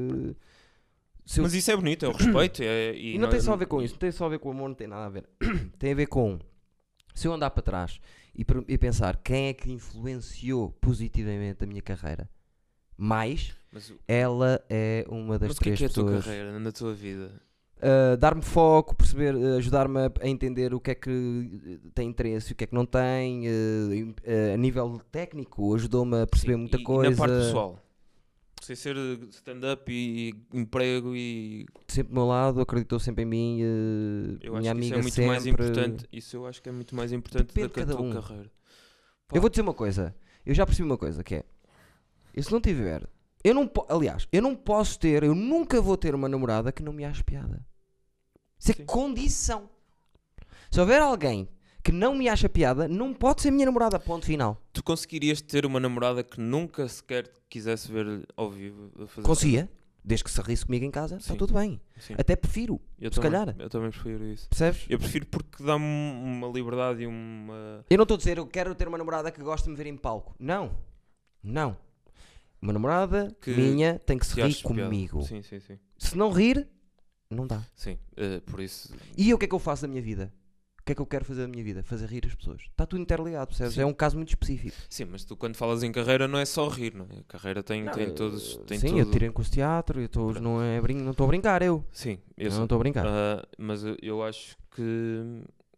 se eu- Mas isso é bonito, é o respeito. É, e E não tem nós- só a ver com isso, não tem só a ver com o amor, não tem nada a ver. Tem a ver com, se eu andar para trás e, per- e pensar quem é que influenciou positivamente a minha carreira, mais, Mas, o- ela é uma das mas o que é três que é a tua pessoas. carreira na tua vida? Uh, dar-me foco, perceber, uh, ajudar-me a, a entender o que é que uh, tem interesse e o que é que não tem, uh, em- uh, a nível técnico, ajudou-me a perceber Sim, muita e, coisa. E na parte pessoal? sem ser stand-up e emprego e... Sempre do meu lado, acreditou sempre em mim, uh, Eu minha acho que isso amiga é muito sempre... mais importante. Isso eu acho que é muito mais importante Depende do que a de cada tua um. carreira. Eu vou dizer uma coisa, eu já percebi uma coisa, que é, eu se não tiver, eu não po- aliás, eu não posso ter, eu nunca vou ter uma namorada que não me ache piada. Isso é Sim. condição. Se houver alguém que não me acha piada, não pode ser minha namorada, ponto final. Tu conseguirias ter uma namorada que nunca sequer quisesse ver ao vivo a fazer Conseguia, desde que se risse comigo em casa, está Sim. tudo bem. Sim. Até prefiro, Eu se também, calhar. Eu também prefiro isso. Percebes? Eu prefiro porque dá-me uma liberdade e uma... Eu não estou a dizer, eu quero ter uma namorada que goste de me ver em palco. Não, não. Uma namorada Que minha tem que se que rir aches piada. comigo. Sim, sim, sim. Se não rir, não dá. Sim, eh, por isso... E eu o que é que eu faço da minha vida? O que é que eu quero fazer da minha vida? Fazer rir as pessoas. Está tudo interligado, percebes? Sim. É um caso muito específico. Sim, mas tu quando falas em carreira não é só rir, não é? A carreira tem, Não, tem eu- todos... Tem sim, tudo... eu tirei com o teatro, eu tô, não é brin- não estou a brincar, eu. Sim, eu Eu sei. não estou a brincar. Ah, mas eu, eu acho que...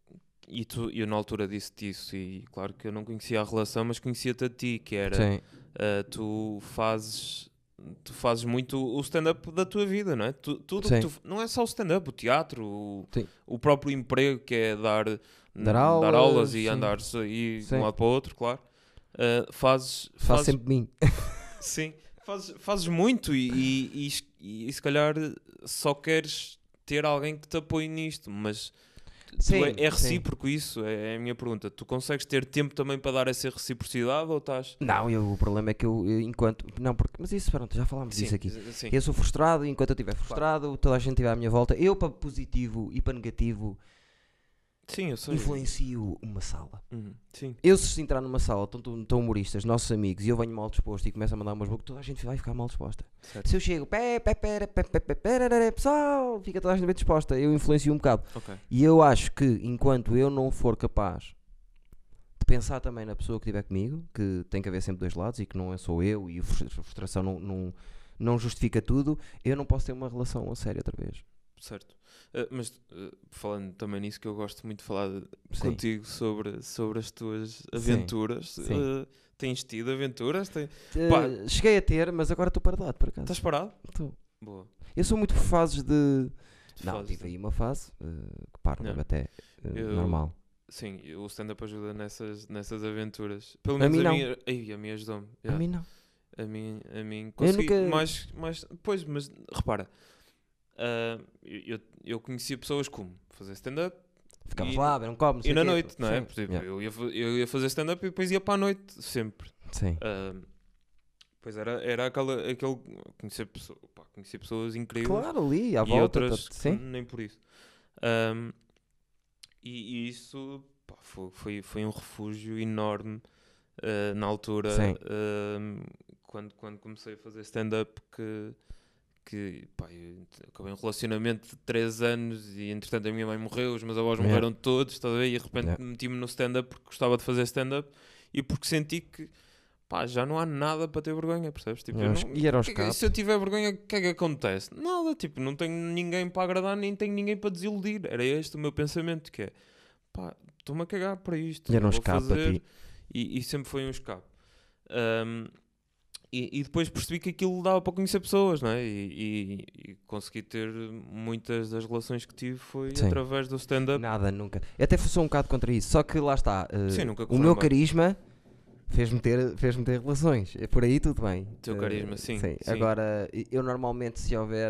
E tu, eu na altura disse-te isso e claro que eu não conhecia a relação, mas conhecia-te a ti, que era... Sim. ah, tu fazes... Tu fazes muito o stand-up da tua vida, não é? Tu, tudo que Sim. tu, não é só o stand-up, o teatro, o, Sim. o próprio emprego que é dar, Dar aulas, aulas e sim. andar aí de Sim. um lado para o outro, claro. Ah, fazes, Faço fazes, sempre de mim. sim, fazes, fazes muito e, e, e, e se calhar só queres ter alguém que te apoie nisto, mas tu Sim, é, é sim. recíproco isso, é, é a minha pergunta. Tu consegues ter tempo também para dar essa reciprocidade ou estás... Não, eu, o problema é que eu, eu enquanto... Não, porque, mas isso, pronto, já falámos disso aqui. sim. Eu sou frustrado e enquanto eu estiver frustrado, toda a gente estiver à minha volta, eu para positivo e para negativo, Sim, eu sei. influencio uma sala. Uhum, sim. Eu se entrar numa sala, estão estão humoristas, nossos amigos, e eu venho mal disposto e começo a mandar umas bocas, toda a gente vai ficar mal disposta. Certo. Se eu chego, pé, pé, pé, pé, pé, pé, pé, pessoal, fica toda a gente bem disposta, eu influencio um bocado. Ok. E eu acho que enquanto eu não for capaz de pensar também na pessoa que estiver comigo, que tem que haver sempre dois lados e que não é só eu e a frustração não, não, não justifica tudo, eu não posso ter uma relação a sério outra vez. Certo. Uh, mas uh, falando também nisso, que eu gosto muito de falar de- Sim. contigo sobre, sobre as tuas aventuras. sim. Uh, tens tido aventuras? Tem... Eh, Pá. cheguei a ter, mas agora estou paradado por acaso. Estás parado? Estou. Boa. Eu sou muito por fases de. Tu Não, fazes- tive aí uma fase uh, que paro Não. mesmo até uh, Eu- normal. Sim, o stand-up ajuda nessas, nessas aventuras. Pelo A menos mim a, não. mim. Ai, a mim ajudou-me. A Yeah. mim não. A mim, a mim consegui nunca- mais, mais. Pois, mas repara, uh, eu, eu- eu conhecia pessoas como fazer stand-up. Ficavas E- lá, ver um copo, não sei E na o quê. noite, não é? Sim. Por exemplo, Yeah. eu, ia, fa- eu ia fazer stand-up e depois ia para a noite, sempre. Sim. Ah, pois era, era aquela, aquele. Conhecer, pessoa, pá, conhecer pessoas incríveis Claro, ali, à e volta. outras tá- que sim. nem por isso. Ahm, e, e isso pá, foi, foi, foi um refúgio enorme ah, na altura, Sim. ahm, quando, quando comecei a fazer stand-up. Que, que pá, eu acabei um relacionamento de três anos e entretanto a minha mãe morreu, os meus avós Yeah. morreram todos, estás a ver? E de repente Yeah. meti-me no stand-up porque gostava de fazer stand-up e porque senti que pá, já não há nada para ter vergonha, percebes? Tipo, eu Era os- não- e era os que é que- capos. se eu tiver vergonha, o que é que acontece? Nada, tipo, não tenho ninguém para agradar, nem tenho ninguém para desiludir. Era este o meu pensamento, que é pá, estou-me a cagar para isto. E era um vou escape para fazer. ti. E, e sempre foi um escape. Ahm, e, e depois percebi que aquilo dava para conhecer pessoas, não é? E, e, e consegui ter muitas das relações que tive foi Sim. através do stand-up. Nada, nunca. Eu até sou um bocado contra isso. Só que lá está. uh, Sim, nunca o correu meu bem. carisma fez-me ter, fez-me ter relações. É por aí tudo bem. O teu Uh, carisma, sim, sim. Agora, eu normalmente, se houver.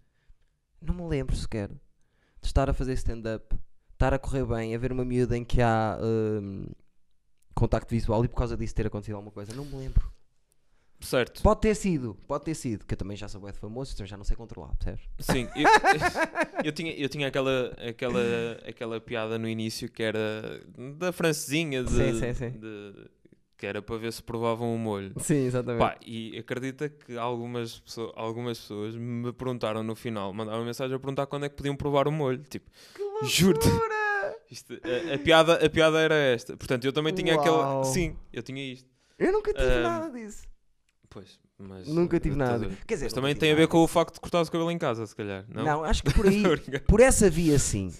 Não me lembro sequer de estar a fazer stand-up, estar a correr bem, a ver uma miúda em que há um, contacto visual e por causa disso ter acontecido alguma coisa. Não me lembro. Certo. Pode ter sido, pode ter sido. Que eu também já sou bué de famoso, então já não sei controlar, percebes? Sim, eu, eu tinha, eu tinha aquela, aquela, aquela piada no início que era da francesinha de, Sim, sim, sim. de- que era para ver se provavam o molho. Sim, exatamente. Pá, e acredita que algumas, pessoas, algumas pessoas me perguntaram no final, mandaram uma mensagem a perguntar quando é que podiam provar o molho. Tipo, juro-te. Isto, a, a, piada, a piada era esta. Portanto, eu também tinha Uau. aquela. Sim, eu tinha isto. Eu nunca tive Ahm, nada disso. Pois, mas. Nunca tive eh, nada. estás a ver. Quer dizer, Mas nunca também tive tem a ver nada com o disso. facto de cortar o cabelo em casa, se calhar. Não, Não, acho que por aí, Estou a brincar. por essa via sim. Sim.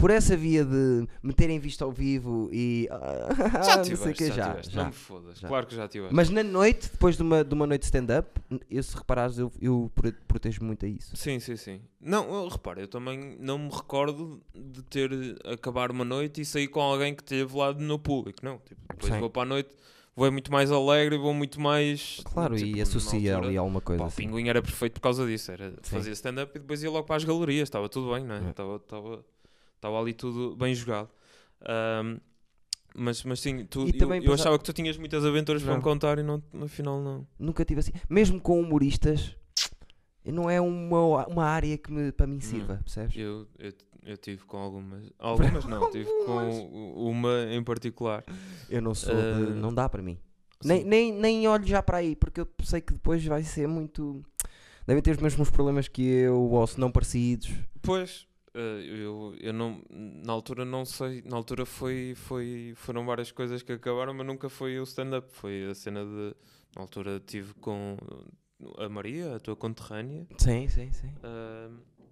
por essa via de me terem visto ao vivo e ah, Já não tiveste, sei que, já, já, tiveste. já. Não me fodas. já. Claro que já tiveste. Mas na noite, depois de uma, de uma noite de stand-up, eu, se reparares, eu, eu prote- protejo muito a isso. Sim, sim, sim. Não, eu- repara, eu também não me recordo de ter acabar uma noite e sair com alguém que teve lá no público. Não, tipo, depois Sim. vou para a noite, vou muito mais alegre, vou muito mais... Claro, tipo, e na associa altura, ali alguma coisa pá, o assim. Pinguim era perfeito por causa disso. Era, Sim. fazia stand-up e depois ia logo para as galerias. Estava tudo bem, não é? É. Estava, estava, estava ali tudo bem jogado. Ahm, mas, mas sim, tu, E eu, também eu pensar- achava que tu tinhas muitas aventuras para Não. me contar e não, no final não. Nunca tive assim. Mesmo com humoristas, não é uma, uma área que me, para mim sirva, percebes? Eu, eu, eu tive com algumas. Algumas não, tive com uma em particular. Eu não sou. Ah, de- não dá para mim. Sim. Nem, nem, nem olho já para aí, porque eu sei que depois vai ser muito. Devem ter os mesmos problemas que eu, ou se não parecidos. Pois, eh, eu, eu não, na altura não sei, na altura foi, foi, foram várias coisas que acabaram, mas nunca foi o stand-up, foi a cena de, na altura tive com a Maria, a tua conterrânea, Sim, sim, sim. ah,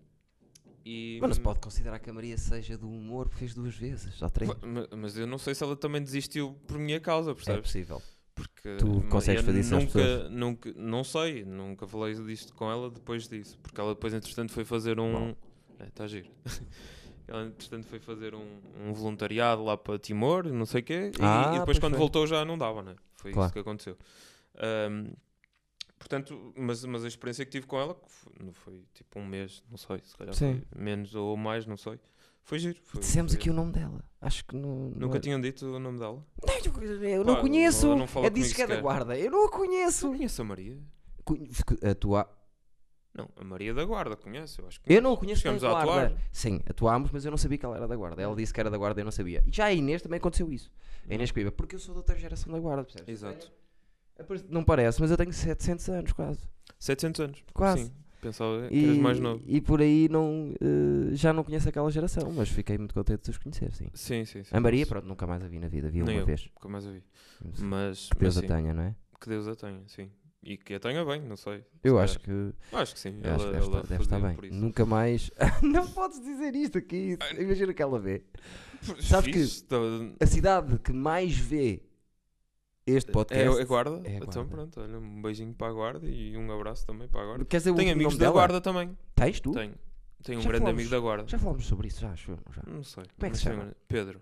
e... Mas não se pode considerar que a Maria seja do humor, porque fez duas vezes, ou três. Ma- Mas eu não sei se ela também desistiu por minha causa, É percebes? possível. Porque Tu Maria consegues fazer isso às nunca, pessoas? nunca, não sei, nunca falei disto com ela depois disso, porque ela depois entretanto foi fazer um, Bom. é, tá giro. Ela entretanto foi fazer um, um voluntariado lá para Timor, não sei o quê, e, Ah, e depois pois quando foi. voltou já não dava, né? Foi Claro. isso que aconteceu. Ahm, portanto, mas, mas a experiência que tive com ela, que foi, não foi tipo um mês, não sei, se calhar Sim. foi menos ou mais, não sei. Foi giro. Foi, Dissemos foi- aqui o nome dela. Acho que não. não Nunca é- tinham dito o nome dela? Eu Pá, não conheço. ela não fala É disso comigo que é da sequer. guarda. Eu não a Não conheço. conheço a Maria? Conhe- A tua. Não, a Maria da Guarda, conheço, eu acho que Eu não a conheço da Chegamos a guarda. atuar. Sim, atuámos, mas eu não sabia que ela era da guarda. Ela disse que era da guarda e eu não sabia. E já a Inês também aconteceu isso. A Inês Coimbra, porque eu sou da outra geração da guarda, percebes? Exato. É por- Não parece, mas eu tenho setecentos anos quase. setecentos anos. Quase. Sim, pensava que E, eras mais novo. e por aí não, eh, já não conheço aquela geração, mas fiquei muito contente de os conhecer, sim. Sim, sim, sim. A Maria, Mas- pronto, nunca mais a vi na vida, vi Nem uma eu, vez. nunca mais a vi. Mas Mas, que Deus mas a sim, tenha, não é? que Deus a tenha, sim. E que a tenha bem, não sei. Eu Se acho calhar. que, Acho que sim. eu acho ela, que deve, ela estar, deve estar fazia bem. por isso. Nunca mais. Não podes dizer isto aqui. Imagina que ela vê. Por- sabes que- fixe, tá- A cidade que mais vê este É podcast. a guarda? é a Então Guarda. pronto, olha, um beijinho para a guarda e um abraço também para a guarda. Quer dizer, o Tenho nome amigos da dela? guarda também. Tens tu? Tenho. Tenho um Já grande falamos- amigo da guarda. Já falámos sobre isso, já acho. eu, Já. Não sei. Como é que não se sei chama? agora. Pedro.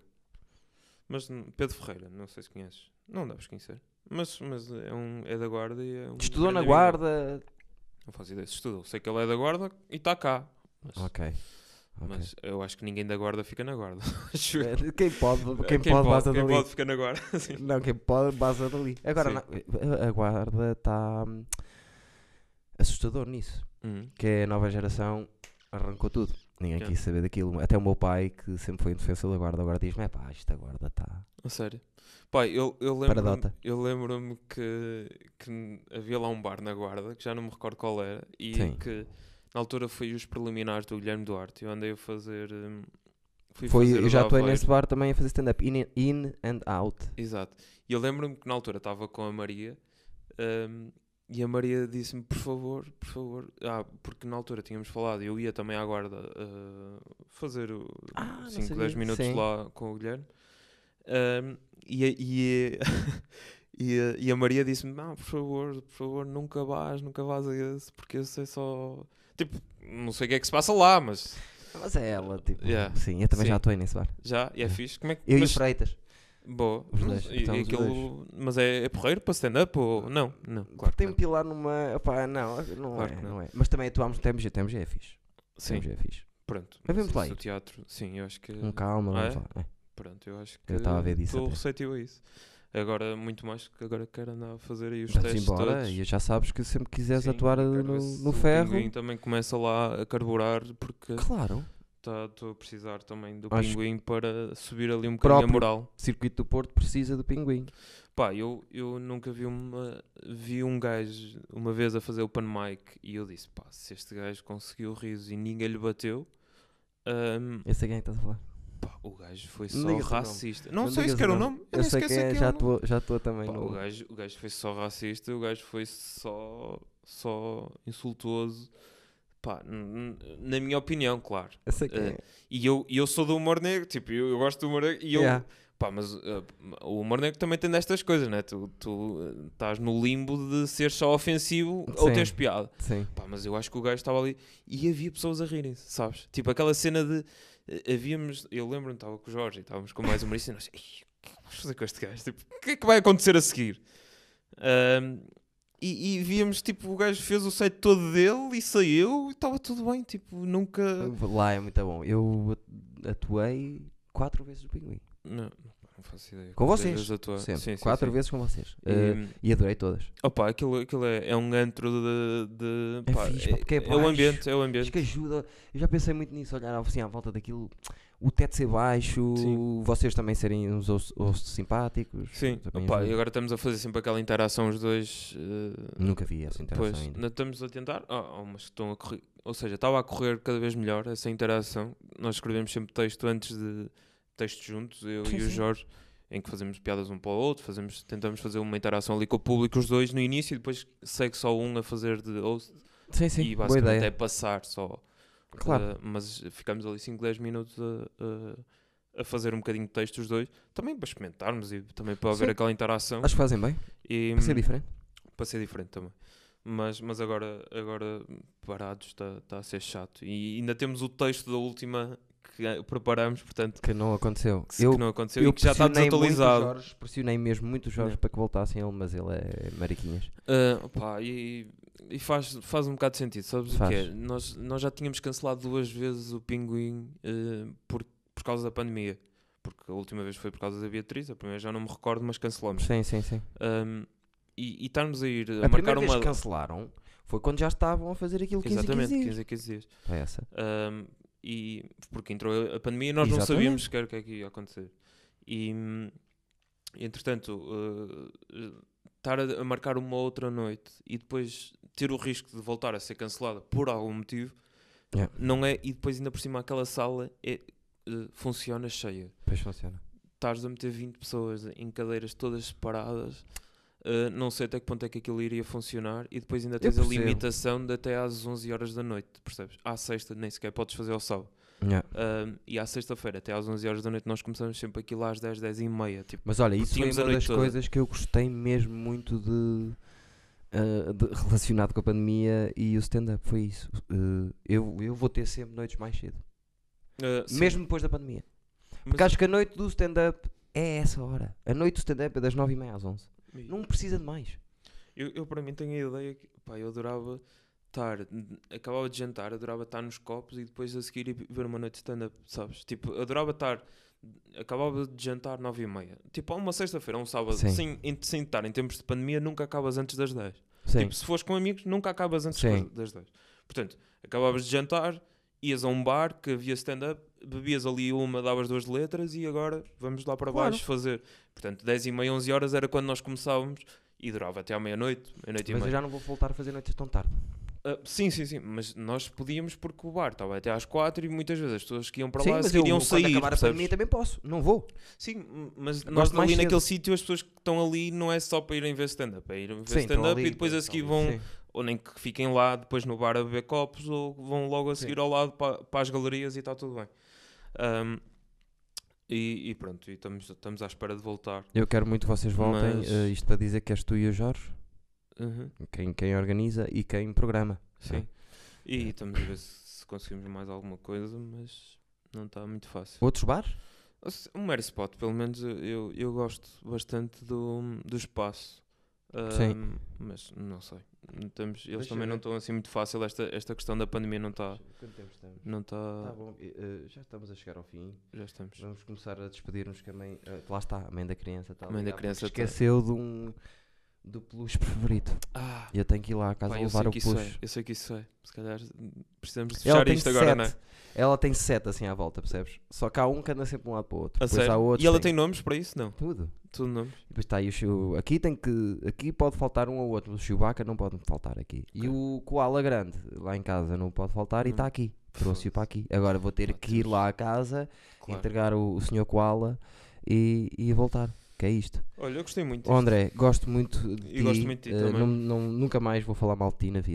Mas hum, Pedro Ferreira, não sei se conheces. Não deves conhecer. Mas, mas é, um, é da guarda e é um. Estudou na grande amigo meu. guarda. Não faço ideia se estudou. Sei que ele é da guarda e está cá. Mas, Ok. ok. mas eu acho que ninguém da guarda fica na guarda. Acho eu. É, Quem pode, quem, Quem pode, basa quem dali. pode fica na guarda. Sim. Não, quem pode, basa dali. Agora, Sim. não, a- a guarda está hum, assustador nisso. Uhum. Que é a nova geração arrancou tudo. Ninguém É. quis saber daquilo. Até o meu pai, que sempre foi em defesa da guarda, agora diz-me: é pá, isto da guarda está. A sério. Pai, eu, eu lembro-me Paradota. eu lembro-me que, que havia lá um bar na guarda, que já não me recordo qual era, e Sim. que na altura foi os preliminares do Guilherme Duarte. Eu andei a fazer. hum, Fui Foi, fazer eu o já de estou Aveiro. nesse bar também a fazer stand-up. In, in and out. Exato. E eu lembro-me que na altura estava com a Maria hum, e a Maria disse-me, por favor, por favor. Ah, porque na altura tínhamos falado, eu ia também à guarda uh, fazer Ah, não cinco, sabia. dez minutos Sim. lá com o Guilherme. Hum, e, a- e, a- e, a- e a Maria disse-me, não, por favor, por favor, nunca vás, nunca vás a esse, porque eu sei só. Tipo, não sei o que é que se passa lá, mas Mas é ela, tipo. Yeah. Sim, eu também Sim. já estou aí nesse bar. já, e é É. fixe. Como é que. Eu mas, e o Freitas. boa. Os Mas, dois, e- estamos e os aquilo, mas é, é porreiro para stand-up ou. Não, não, claro. que Tem não. um pilar numa. Opá, não, não, Claro é, que não. não é. Mas também atuámos no T M G. T M G é fixe. Sim, T M G é fixe. pronto. Mas vamos lá se ir. o teatro, sim, eu acho que. Com calma, Ah, vamos é? lá. É. Pronto, eu acho que Eu estava a ver disso estou até. receptivo a isso. Agora, muito mais que agora quero andar a fazer aí os Vamos testes embora todos. e já sabes que sempre quiseres Sim, atuar eu quero no, ver se no o ferro. Pinguim também começa lá a carburar, porque Claro. estou a precisar também do Acho Pinguim para subir ali um bocadinho Próprio. a moral. O circuito do Porto precisa do Pinguim. Pá, eu, eu nunca vi uma vi um gajo uma vez a fazer open mic e eu disse, pá, se este gajo conseguiu risos e ninguém lhe bateu, hum, Eu sei quem é que estás a falar. pá, o gajo foi Não só digas o nome. racista. Não, Não sei digas sequer o o nome. nome. Eu, Eu nem sei sequer quem sei é, quem é já o nome. estou já estou também Pá, no... o, gajo, o gajo foi só racista, o gajo foi só, só insultuoso. Pá, n- n- na minha opinião, claro. Eu sei que Uh, é. E eu, e eu sou do humor negro, tipo, eu, eu gosto do humor negro e eu... Yeah. Pá, mas uh, o humor negro também tem destas coisas, né? Tu, tu uh, estás no limbo de ser só ofensivo ou Sim. teres piada. Sim. Pá, mas eu acho que o gajo estava ali e havia pessoas a rirem-se, sabes? Tipo, aquela cena de... uh, Havíamos... Eu lembro-me, estava com o Jorge e estávamos com mais humorista e nós... "Ih, o que é que vamos fazer com este gajo? Tipo, o que é que vai acontecer a seguir?" Um, e, e víamos, tipo, o gajo fez o set todo dele e saiu e estava tudo bem, tipo, nunca... Lá é muito bom. Eu atuei quatro vezes no Pinguim. Não, não faço ideia. Com Quantas vocês. vezes atua- Sempre. Sim, sim, quatro sim. vezes com vocês. E, Uh, e adorei todas. opa, aquilo, aquilo é, é um antro de... de É pá, fixe, pá, porque é é o baixo. ambiente, é o Acho ambiente. que ajuda. Eu já pensei muito nisso, olhar assim à volta daquilo. O teto ser baixo, Sim. vocês também serem uns hosts hosts simpáticos. Sim, também opa, ajuda. e agora estamos a fazer sempre aquela interação os dois. eh, Nunca vi essa interação Pois, ainda. ainda estamos a tentar. Ah, há umas que estão a correr. Ou seja, estava a correr cada vez melhor essa interação. Nós escrevemos sempre texto antes de texto juntos, eu Sim, e o sim. Jorge, em que fazemos piadas um para o outro, fazemos, tentamos fazer uma interação ali com o público, os dois no início, e depois segue só um a fazer de host. Sim, sim, E boa basicamente ideia. é passar só. Claro. Eh, mas ficamos ali cinco, dez minutos a, a, a fazer um bocadinho de texto os dois, também para experimentarmos e também para haver Sim. aquela interação. Acho que fazem bem. E, Para ser diferente. para ser diferente também. Mas, mas agora, agora parados está tá a ser chato. E ainda temos o texto da última que eh, preparamos, portanto, Que não aconteceu. que, se- eu que não aconteceu eu e que já está pressionei muito o desatualizado. Jorge, pressionei mesmo muito o Jorge Yeah. para que voltassem ele, mas ele é mariquinhas. Ah, opá, e e faz, faz um bocado de sentido, sabes Faz. o que é? Nós, nós já tínhamos cancelado duas vezes o Pinguim eh, por, por causa da pandemia. Porque a última vez foi por causa da Beatriz, a primeira já não me recordo, mas cancelamos. Sim, sim, sim. Um, e, e estarmos a ir a, A marcar primeira vez uma. que cancelaram foi quando já estavam a fazer aquilo quinze Exatamente, a quinze dias. quinze a quinze dias. Foi essa. Um, e porque entrou a pandemia, nós não Exatamente. sabíamos sequer o que é que ia acontecer. E hum, entretanto, uh, estar a, a marcar uma outra noite e depois ter o risco de voltar a ser cancelada por algum motivo, Yeah. não é? E depois, ainda por cima, aquela sala é, uh, funciona cheia. Depois funciona. Estás a meter vinte pessoas em cadeiras todas separadas. Uh, não sei até que ponto é que aquilo iria funcionar, e depois ainda tens a percebo. limitação de até às onze horas da noite, percebes? À sexta nem sequer podes fazer ao sábado. Yeah. Um, e à sexta-feira até às onze horas da noite nós começamos sempre aquilo às dez, dez e meia, tipo, Mas olha, isso foi tínhamos a uma noite das toda. coisas que eu gostei mesmo muito de, uh, de- relacionado com a pandemia e o stand-up. Foi isso. Uh, eu, eu vou ter sempre noites mais cedo. uh, sim, Mesmo depois da pandemia. mas- Porque acho que a noite do stand-up é essa hora. A noite do stand-up é das nove e meia às onze. Não precisa de mais. eu, eu para mim tenho a ideia que, pá, eu adorava estar, acabava de jantar, adorava estar nos copos e depois a seguir ir ver uma noite de stand-up, sabes? Tipo, adorava estar, acabava de jantar nove e meia, tipo, a uma sexta-feira, a um sábado, Sim. sem, em- sem estar em tempos de pandemia, nunca acabas antes das dez. Sim. Tipo, se fores com amigos, nunca acabas antes Sim. das dez. Portanto, acabavas de jantar, ias a um bar que havia stand-up, bebias ali uma, davas duas letras e agora vamos lá para Claro. baixo fazer. Portanto, dez e meia, onze horas era quando nós começávamos e durava até à meia-noite, meia-noite e Mas eu meia. já não vou voltar a fazer noites tão tarde. Ah, sim, sim, sim, mas nós podíamos porque o bar estava até às quatro e muitas vezes as pessoas que iam para Sim, lá mas se eu, queriam quando sair, acabar a percebes? pandemia também posso. Não vou. Sim, m- mas Gosto nós mais ali cedo. naquele sítio, as pessoas que estão ali não é só para irem ver stand-up, é irem ver Sim, estão stand-up ali, e depois a seguir estão ali, vão, sim. ou nem que fiquem lá depois no bar a beber copos, ou vão logo a seguir Sim. ao lado para, para as galerias e está tudo bem. Ahm, e, e pronto, e estamos, estamos à espera de voltar. Eu quero muito que vocês voltem. Mas- eh, isto para dizer que és tu e o Jorge, Uhum, quem, quem organiza e quem programa. sim. E estamos a ver se, se conseguimos mais alguma coisa, mas não está muito fácil. Outros bares? Um mero spot, pelo menos eu, eu, eu gosto bastante do, do espaço. Sim. Ahm, mas não sei. Estamos, eles Deixa também eu não ver. estão assim muito fácil. Esta, esta questão da pandemia não está. Quanto tempo estamos? Não está. Tá bom, eh, já estamos a chegar ao fim. Já estamos. Vamos começar a despedir-nos que a mãe. eh, lá está, a mãe da criança está A mãe da ligar porque criança tá- esqueceu de um do peluche favorito. Ah, E eu tenho que ir lá à casa pá, eu levar sei o que isso é. peluche. Eu sei que isso é. Se calhar hum, precisamos de Ela fechar tem isto agora, sete. não é? Ela tem sete assim à volta, percebes? Só que há um que anda sempre de um lado para o outro. A Depois sério? há outros. E ela que tem nomes para isso? Não. tudo. Tudo nomes. E depois está aí o Chiu- aqui tem que aqui pode faltar um ou outro. O Chewbacca não pode faltar aqui. E Ok. o Koala grande lá em casa não pode faltar e Hum. está aqui. Trouxe-o para aqui. Agora vou ter Pá, que ir temos- lá à casa, Claro. entregar o, o senhor Koala e, e voltar. Que é isto. Olha, eu gostei muito. Ó disto. André, gosto muito de E ti. gosto muito de ti eh, também. não, não- nunca mais vou falar mal de ti na vida.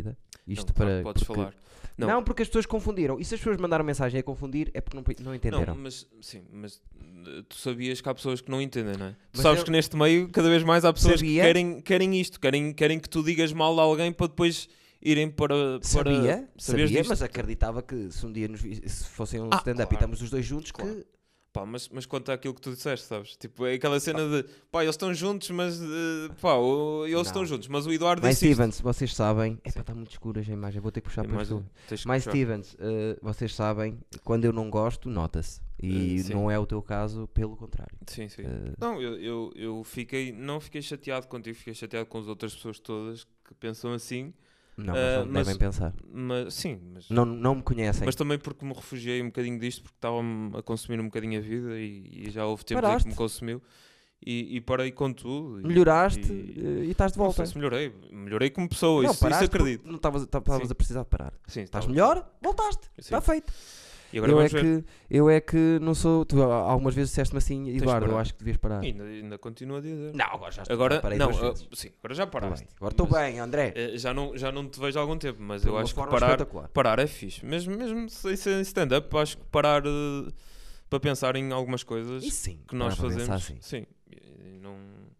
Isto não, para. claro, podes porque... falar. Não. não, porque as pessoas confundiram. E se as pessoas mandaram mensagem a confundir, é porque não, não entenderam. Não, mas sim, mas tu sabias que há pessoas que não entendem, não é? Tu Mas sabes eu... que neste meio, cada vez mais há pessoas Sabia? que querem, querem isto, querem, querem que tu digas mal a alguém para depois irem para. para... Sabia, sabia, disto? mas acreditava que se um dia nos vi... se fossem um Ah, stand-up claro. e estamos os dois juntos, Claro. que. Pá, mas, mas quanto àquilo que tu disseste, sabes? Tipo, é aquela cena de pá, eles estão juntos, mas uh, pá, o, eles Não. estão juntos, mas o Eduardo Mais disse isto. Stevens, vocês sabem. É Sim. para estar muito escura a imagem, vou ter que puxar É para mais tu. um, tens que Mais puxar. Stevens, uh, vocês sabem, quando eu não gosto, nota-se. E Uh, sim. não é o teu caso, pelo contrário. Sim, sim. Uh, Não, eu, eu, eu fiquei, não fiquei chateado contigo, fiquei chateado com as outras pessoas todas que pensam assim. não, Uh, mas não mas- devem pensar. Mas sim, mas, Não, não me conhecem. mas também porque me refugiei um bocadinho disto, porque estava-me a consumir um bocadinho a vida e, e já houve tempos em Paraste. que me consumiu e, e parei com tudo. E, Melhoraste e- uh, e estás de Não volta. sei se melhorei, melhorei como pessoa, Não, isso, isso paraste porque acredito. Não estavas estavas Sim. a precisar de parar. Sim, Estás estava- melhor? Voltaste. Sim. Está feito. E agora Eu é, vamos ver. que, eu é que não sou. Tu ah, algumas vezes disseste-me assim, de Eduardo, eu parar. acho que devias parar. E ainda, ainda continuo a dizer. Não, agora já estou. Agora, já parei não, duas ah, vezes. sim, agora já Tá paraste. bem. Agora estou Mas, bem, André. eh, já, não, já não te vejo há algum tempo, mas De eu uma acho que forma parar, espetacular. parar é fixe. Mesmo, mesmo sem ser stand-up, acho que parar eh, para pensar em algumas coisas E sim, que nós parar para fazemos. pensar assim. Sim, e não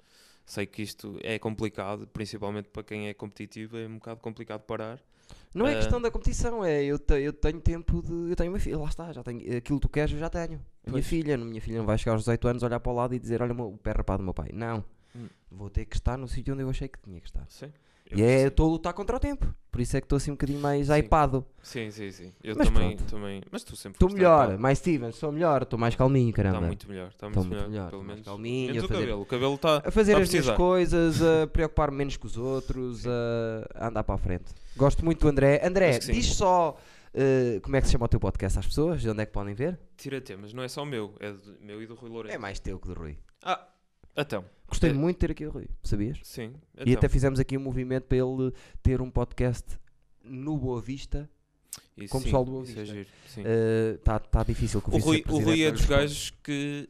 sei que isto é complicado, principalmente para quem é competitivo, é um bocado complicado parar. Não é Ah. questão da competição, é eu, te- eu tenho tempo de. Eu tenho uma filha, lá está, já tenho. Aquilo que tu queres eu já tenho. A minha Pois. filha, a minha filha não vai chegar aos dezoito anos, olhar para o lado e dizer: olha o, meu- o pé rapado do meu pai. Não. Hum. Vou ter que estar no sítio onde eu achei que tinha que estar. Sim. E Eu- é, eu sim. estou a lutar contra o tempo. Por isso é que estou assim um bocadinho mais Sim. hypado. Sim, sim, sim. Eu Mas também, pronto. também. Mas tu sempre Estou foste melhor, hypado. mais Steven, sou melhor, estou mais calminho, caramba. Está muito melhor, está Estou muito, muito melhor, melhor, pelo estou mais menos. calminho, Menos a o fazer- cabelo, o cabelo está A fazer tá a as minhas precisar. coisas, a preocupar-me menos com os outros, a, a andar para a frente. Gosto muito do André. André, Acho que sim. diz só uh, como é que se chama o teu podcast às pessoas, de onde é que podem ver? Tira temas, não é só o meu, é do, meu e do Rui Lourenço. É mais teu que do Rui. Ah, então. Gostei É- muito de ter aqui o Rui, sabias? Sim, E então. até fizemos aqui um movimento para ele ter um podcast no Boa Vista. Isso, com o sim, pessoal do Boa isso é Vista. giro, sim. Está tá difícil que o O Rui, o vice-presidente Rui é não dos lhe responda. gajos que,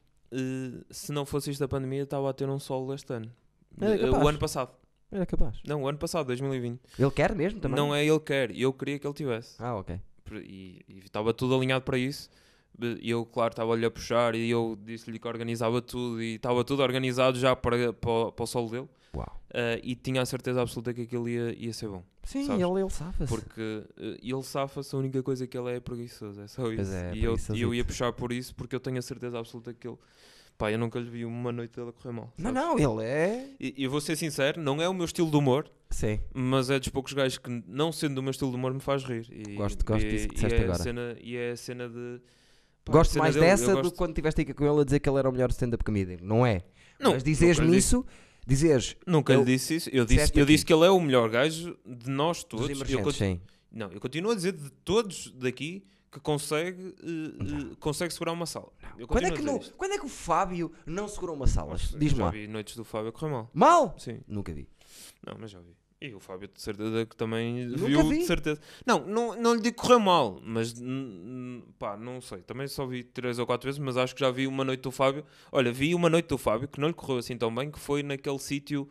eh, se não fosse isto da pandemia, estava a ter um solo este ano. É Eh, capaz. o ano passado. Era capaz. Não, o ano passado, dois mil e vinte. Ele quer mesmo também? Não é ele que quer, eu queria que ele tivesse. Ah, ok. E e estava tudo alinhado para isso. E eu, claro, estava-lhe a puxar e eu disse-lhe que organizava tudo e estava tudo organizado já para, para, o- para o solo dele. Uau. Eh, e tinha a certeza absoluta que aquilo ia, ia ser bom. Sim, Sabes? ele, ele safa-se. Porque eh, ele safa-se, a única coisa que ele é é preguiçoso, é só Pois isso. é, e eu, preguiçosito. e eu ia puxar por isso porque eu tenho a certeza absoluta que ele. Pá, eu nunca lhe vi uma noite dele a correr mal. Não, sabes? não, ele é... E e eu vou ser sincero, não é o meu estilo de humor, Sim. mas é dos poucos gajos que, não sendo o meu estilo de humor, me faz rir. E, Gosto- gosto e, disso que e disseste é a agora. Cena, e é a cena de. pá, a Gosto cena mais dele, eu dessa do gosto- que quando estiveste aqui com ele a dizer que ele era o melhor stand-up comedian. Não é? Não, Mas nunca dizeres-me lhe isso, dizeres Nunca eu- lhe disse isso. Eu disse, disseste eu aqui. disse que ele é o melhor gajo de nós dos todos. Eu emergentes, conti- sim. Não, eu continuo a dizer de todos daqui que consegue, eh, eh, consegue segurar uma sala. Eu Quando é, continuo que a dizer não, isto. quando é que o Fábio não segurou uma sala? Nossa, Diz-me já lá. vi noites do Fábio a correr mal. Mal? Sim. Nunca vi. Não, mas já vi. E o Fábio de certeza que também Nunca viu, vi. de certeza. Não, não, não lhe digo que correu mal, mas n- n- pá, não sei. Também só vi três ou quatro vezes, mas acho que já vi uma noite do Fábio. Olha, vi uma noite do Fábio que não lhe correu assim tão bem, que foi naquele sítio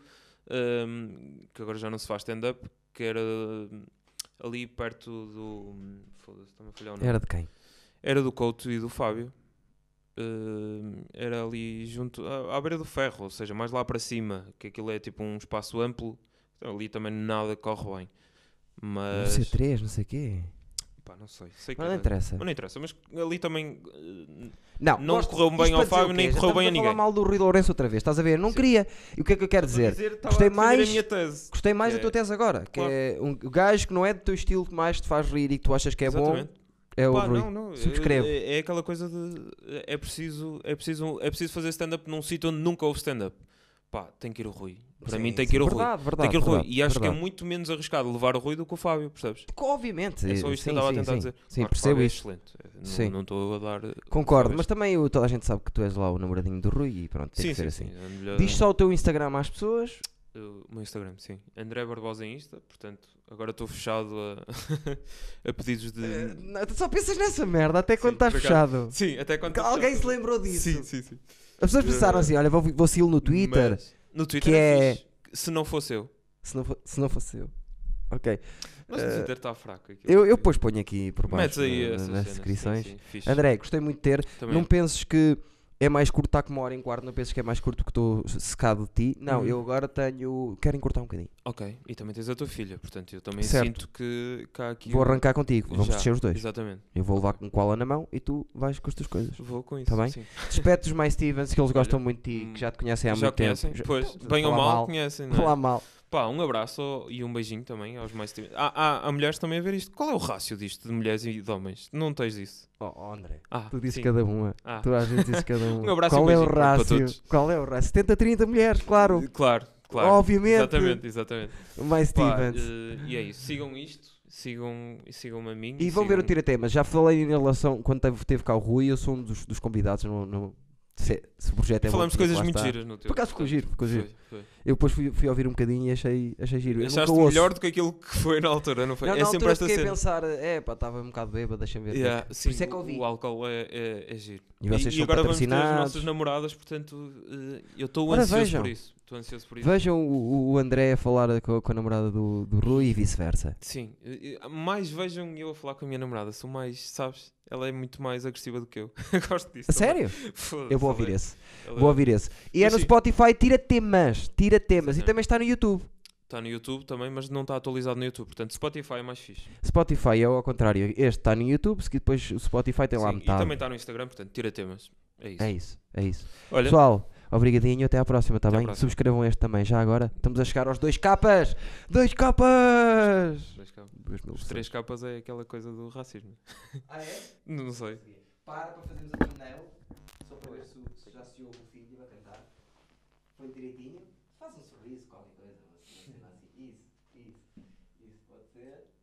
hum, que agora já não se faz stand-up, que era hum, ali perto do. Foda-se, está-me a falhar o nome. Era de quem? Era do Couto e do Fábio. Hum, era ali junto à, à beira do ferro, ou seja, mais lá para cima, que aquilo é tipo um espaço amplo. Então, ali também nada corre bem. No Mas C três, não sei o quê. pá, não sei. sei que Mas não era- interessa. Mas não interessa, mas ali também eh, Não, não gosto- correu isto bem para ao dizer Fábio, o nem quê? Já correu bem a estamos falar ninguém. mal do Rui Lourenço outra vez, estás a ver? Não Sim. queria. E o que é que eu quero dizer? Dizer, estava Gostei a defender mais- a minha tese. Gostei mais É. da tua tese agora, que Claro. é um gajo que não é do teu estilo que mais te faz rir e que tu achas que é Exatamente. bom, é o Pá, Rui. não, não, Subscrevo. É, é aquela coisa de é preciso, é preciso, é preciso fazer stand-up num sítio onde nunca houve stand-up. Pá, tem que ir o Rui. Para Sim, mim tem sim. que ir o Rui. Verdade, verdade, Tem que ir o Rui. verdade, E acho que é verdade. muito menos arriscado levar o Rui do que o Fábio, percebes? Obviamente. É só isto que sim, eu estava sim, a tentar sim. dizer. Sim, Claro que o percebo Fábio é isso. excelente. Não- Sim. Não estou a dar. eh, Concordo, Fábio. mas também o- toda a gente sabe que tu és lá o namoradinho do Rui e pronto, tem Sim, que ser sim, assim. sim. Ando-lhe a- Diz só o teu Instagram às pessoas. O meu Instagram, sim. André Barbosa em Insta, portanto, agora estou fechado a, a pedidos de. Eh, não, tu só pensas nessa merda até quando Sim, estás por acaso. fechado. Sim, até quando. Que alguém se lembrou disso. Sim, sim, sim. As pessoas pensaram assim: olha, vou, vou segui-lo no Twitter. Mas no Twitter que é é- fixe. Se não fosse eu. Se, não, fo- se não fosse eu. Ok. Mas o Twitter está fraco. Eu, eu depois ponho aqui por baixo Metes aí na- essas nas cenas, descrições. sim, sim, fixe. André, gostei muito de ter. Também. Não penses que é mais curto, está com uma hora em quarto. Não penses que é mais curto que estou secado de ti. Não, Uhum. eu agora tenho. Quero encurtar um bocadinho. Ok, e também tens a tua filha, portanto eu também Certo. sinto que, que há aqui. Vou um- arrancar contigo. Vamos Já, descer os dois. Exatamente. Eu vou levar com cola na mão e tu vais com as tuas coisas. Vou com isso. Tá bem? Sim. Despete os mais Stevens, que eles Olha, gostam muito de ti, hum, que já te conhecem há Já muito conhecem? tempo. Pois, Já- bem ou falar mal, mal. conhecem, não é? Falar mal. Pá, um abraço e um beijinho também aos mais... Há, há, há mulheres também a ver isto. Qual é o rácio disto de mulheres e de homens? Não tens isso? Oh, oh, André, Ah, tu dizes sim. cada uma. Ah. Tu às vezes dizes cada uma. Um abraço e Qual um é o beijinho para rácio? todos. Qual é o rácio? setenta a trinta mulheres, claro. Claro, claro. Obviamente. Exatamente, exatamente. Mais Pá, Stevens. eh, e é isso. Sigam isto. Sigam, sigam-me a mim. E vão ver o sigam- tira-temas. Já falei em relação, quando teve, teve cá o Rui, eu sou um dos, dos convidados. No, no- se, se o projeto é bom, Falamos tinha que coisas lá muito estar. giras no teu. Por acaso ficou giro, ficou giro. Foi, foi. Eu depois fui, fui ouvir um bocadinho e achei, achei giro. Eu nunca Achaste ouço. melhor do que aquilo que foi na altura, não foi? Não, é na sempre altura esta fiquei cena. a pensar, é pá, estava um bocado bêbado, deixa-me ver. Yeah, Por sim, isso é que eu o- vi. o álcool é, é, é giro. E vocês são agora vamos ter as patrocinados. nossas namoradas, portanto, eh, eu estou Ora, ansioso vejam. por isso. Estou ansioso por isso. Vejam o, o André a falar com, com a namorada do, do Rui e vice-versa. Sim, eh, eh, mais vejam eu a falar com a minha namorada. Sou mais, sabes? Ela é muito mais agressiva do que eu. Gosto disso. A também. sério? Foda-se, Eu vou ela ouvir é- esse. ela Vou é- ouvir esse. E é Mas no sim. Spotify, tira temas. Tira temas. E Exatamente. também está no YouTube. Está no YouTube também, mas não está atualizado no YouTube. Portanto, Spotify é mais fixe. Spotify é ao contrário. Este está no YouTube, que depois o Spotify tem lá Sim, e metade. também está no Instagram, portanto, tira temas. É isso. É isso, é isso. Olha, Pessoal, obrigadinho, até à próxima, está Até à bem? próxima. Subscrevam este também, já agora. Estamos a chegar aos dois capas! Dois capas! três capas. Duas mil Os três capas é aquela coisa do racismo. Ah, é? Não sei. Para para fazermos a thumbnail. Só para ver se, se já se ouve o filho a cantar. Põe direitinho. Faz um sorriso, qualquer coisa. Uma cena assim. Isso, isso. Isso pode ser.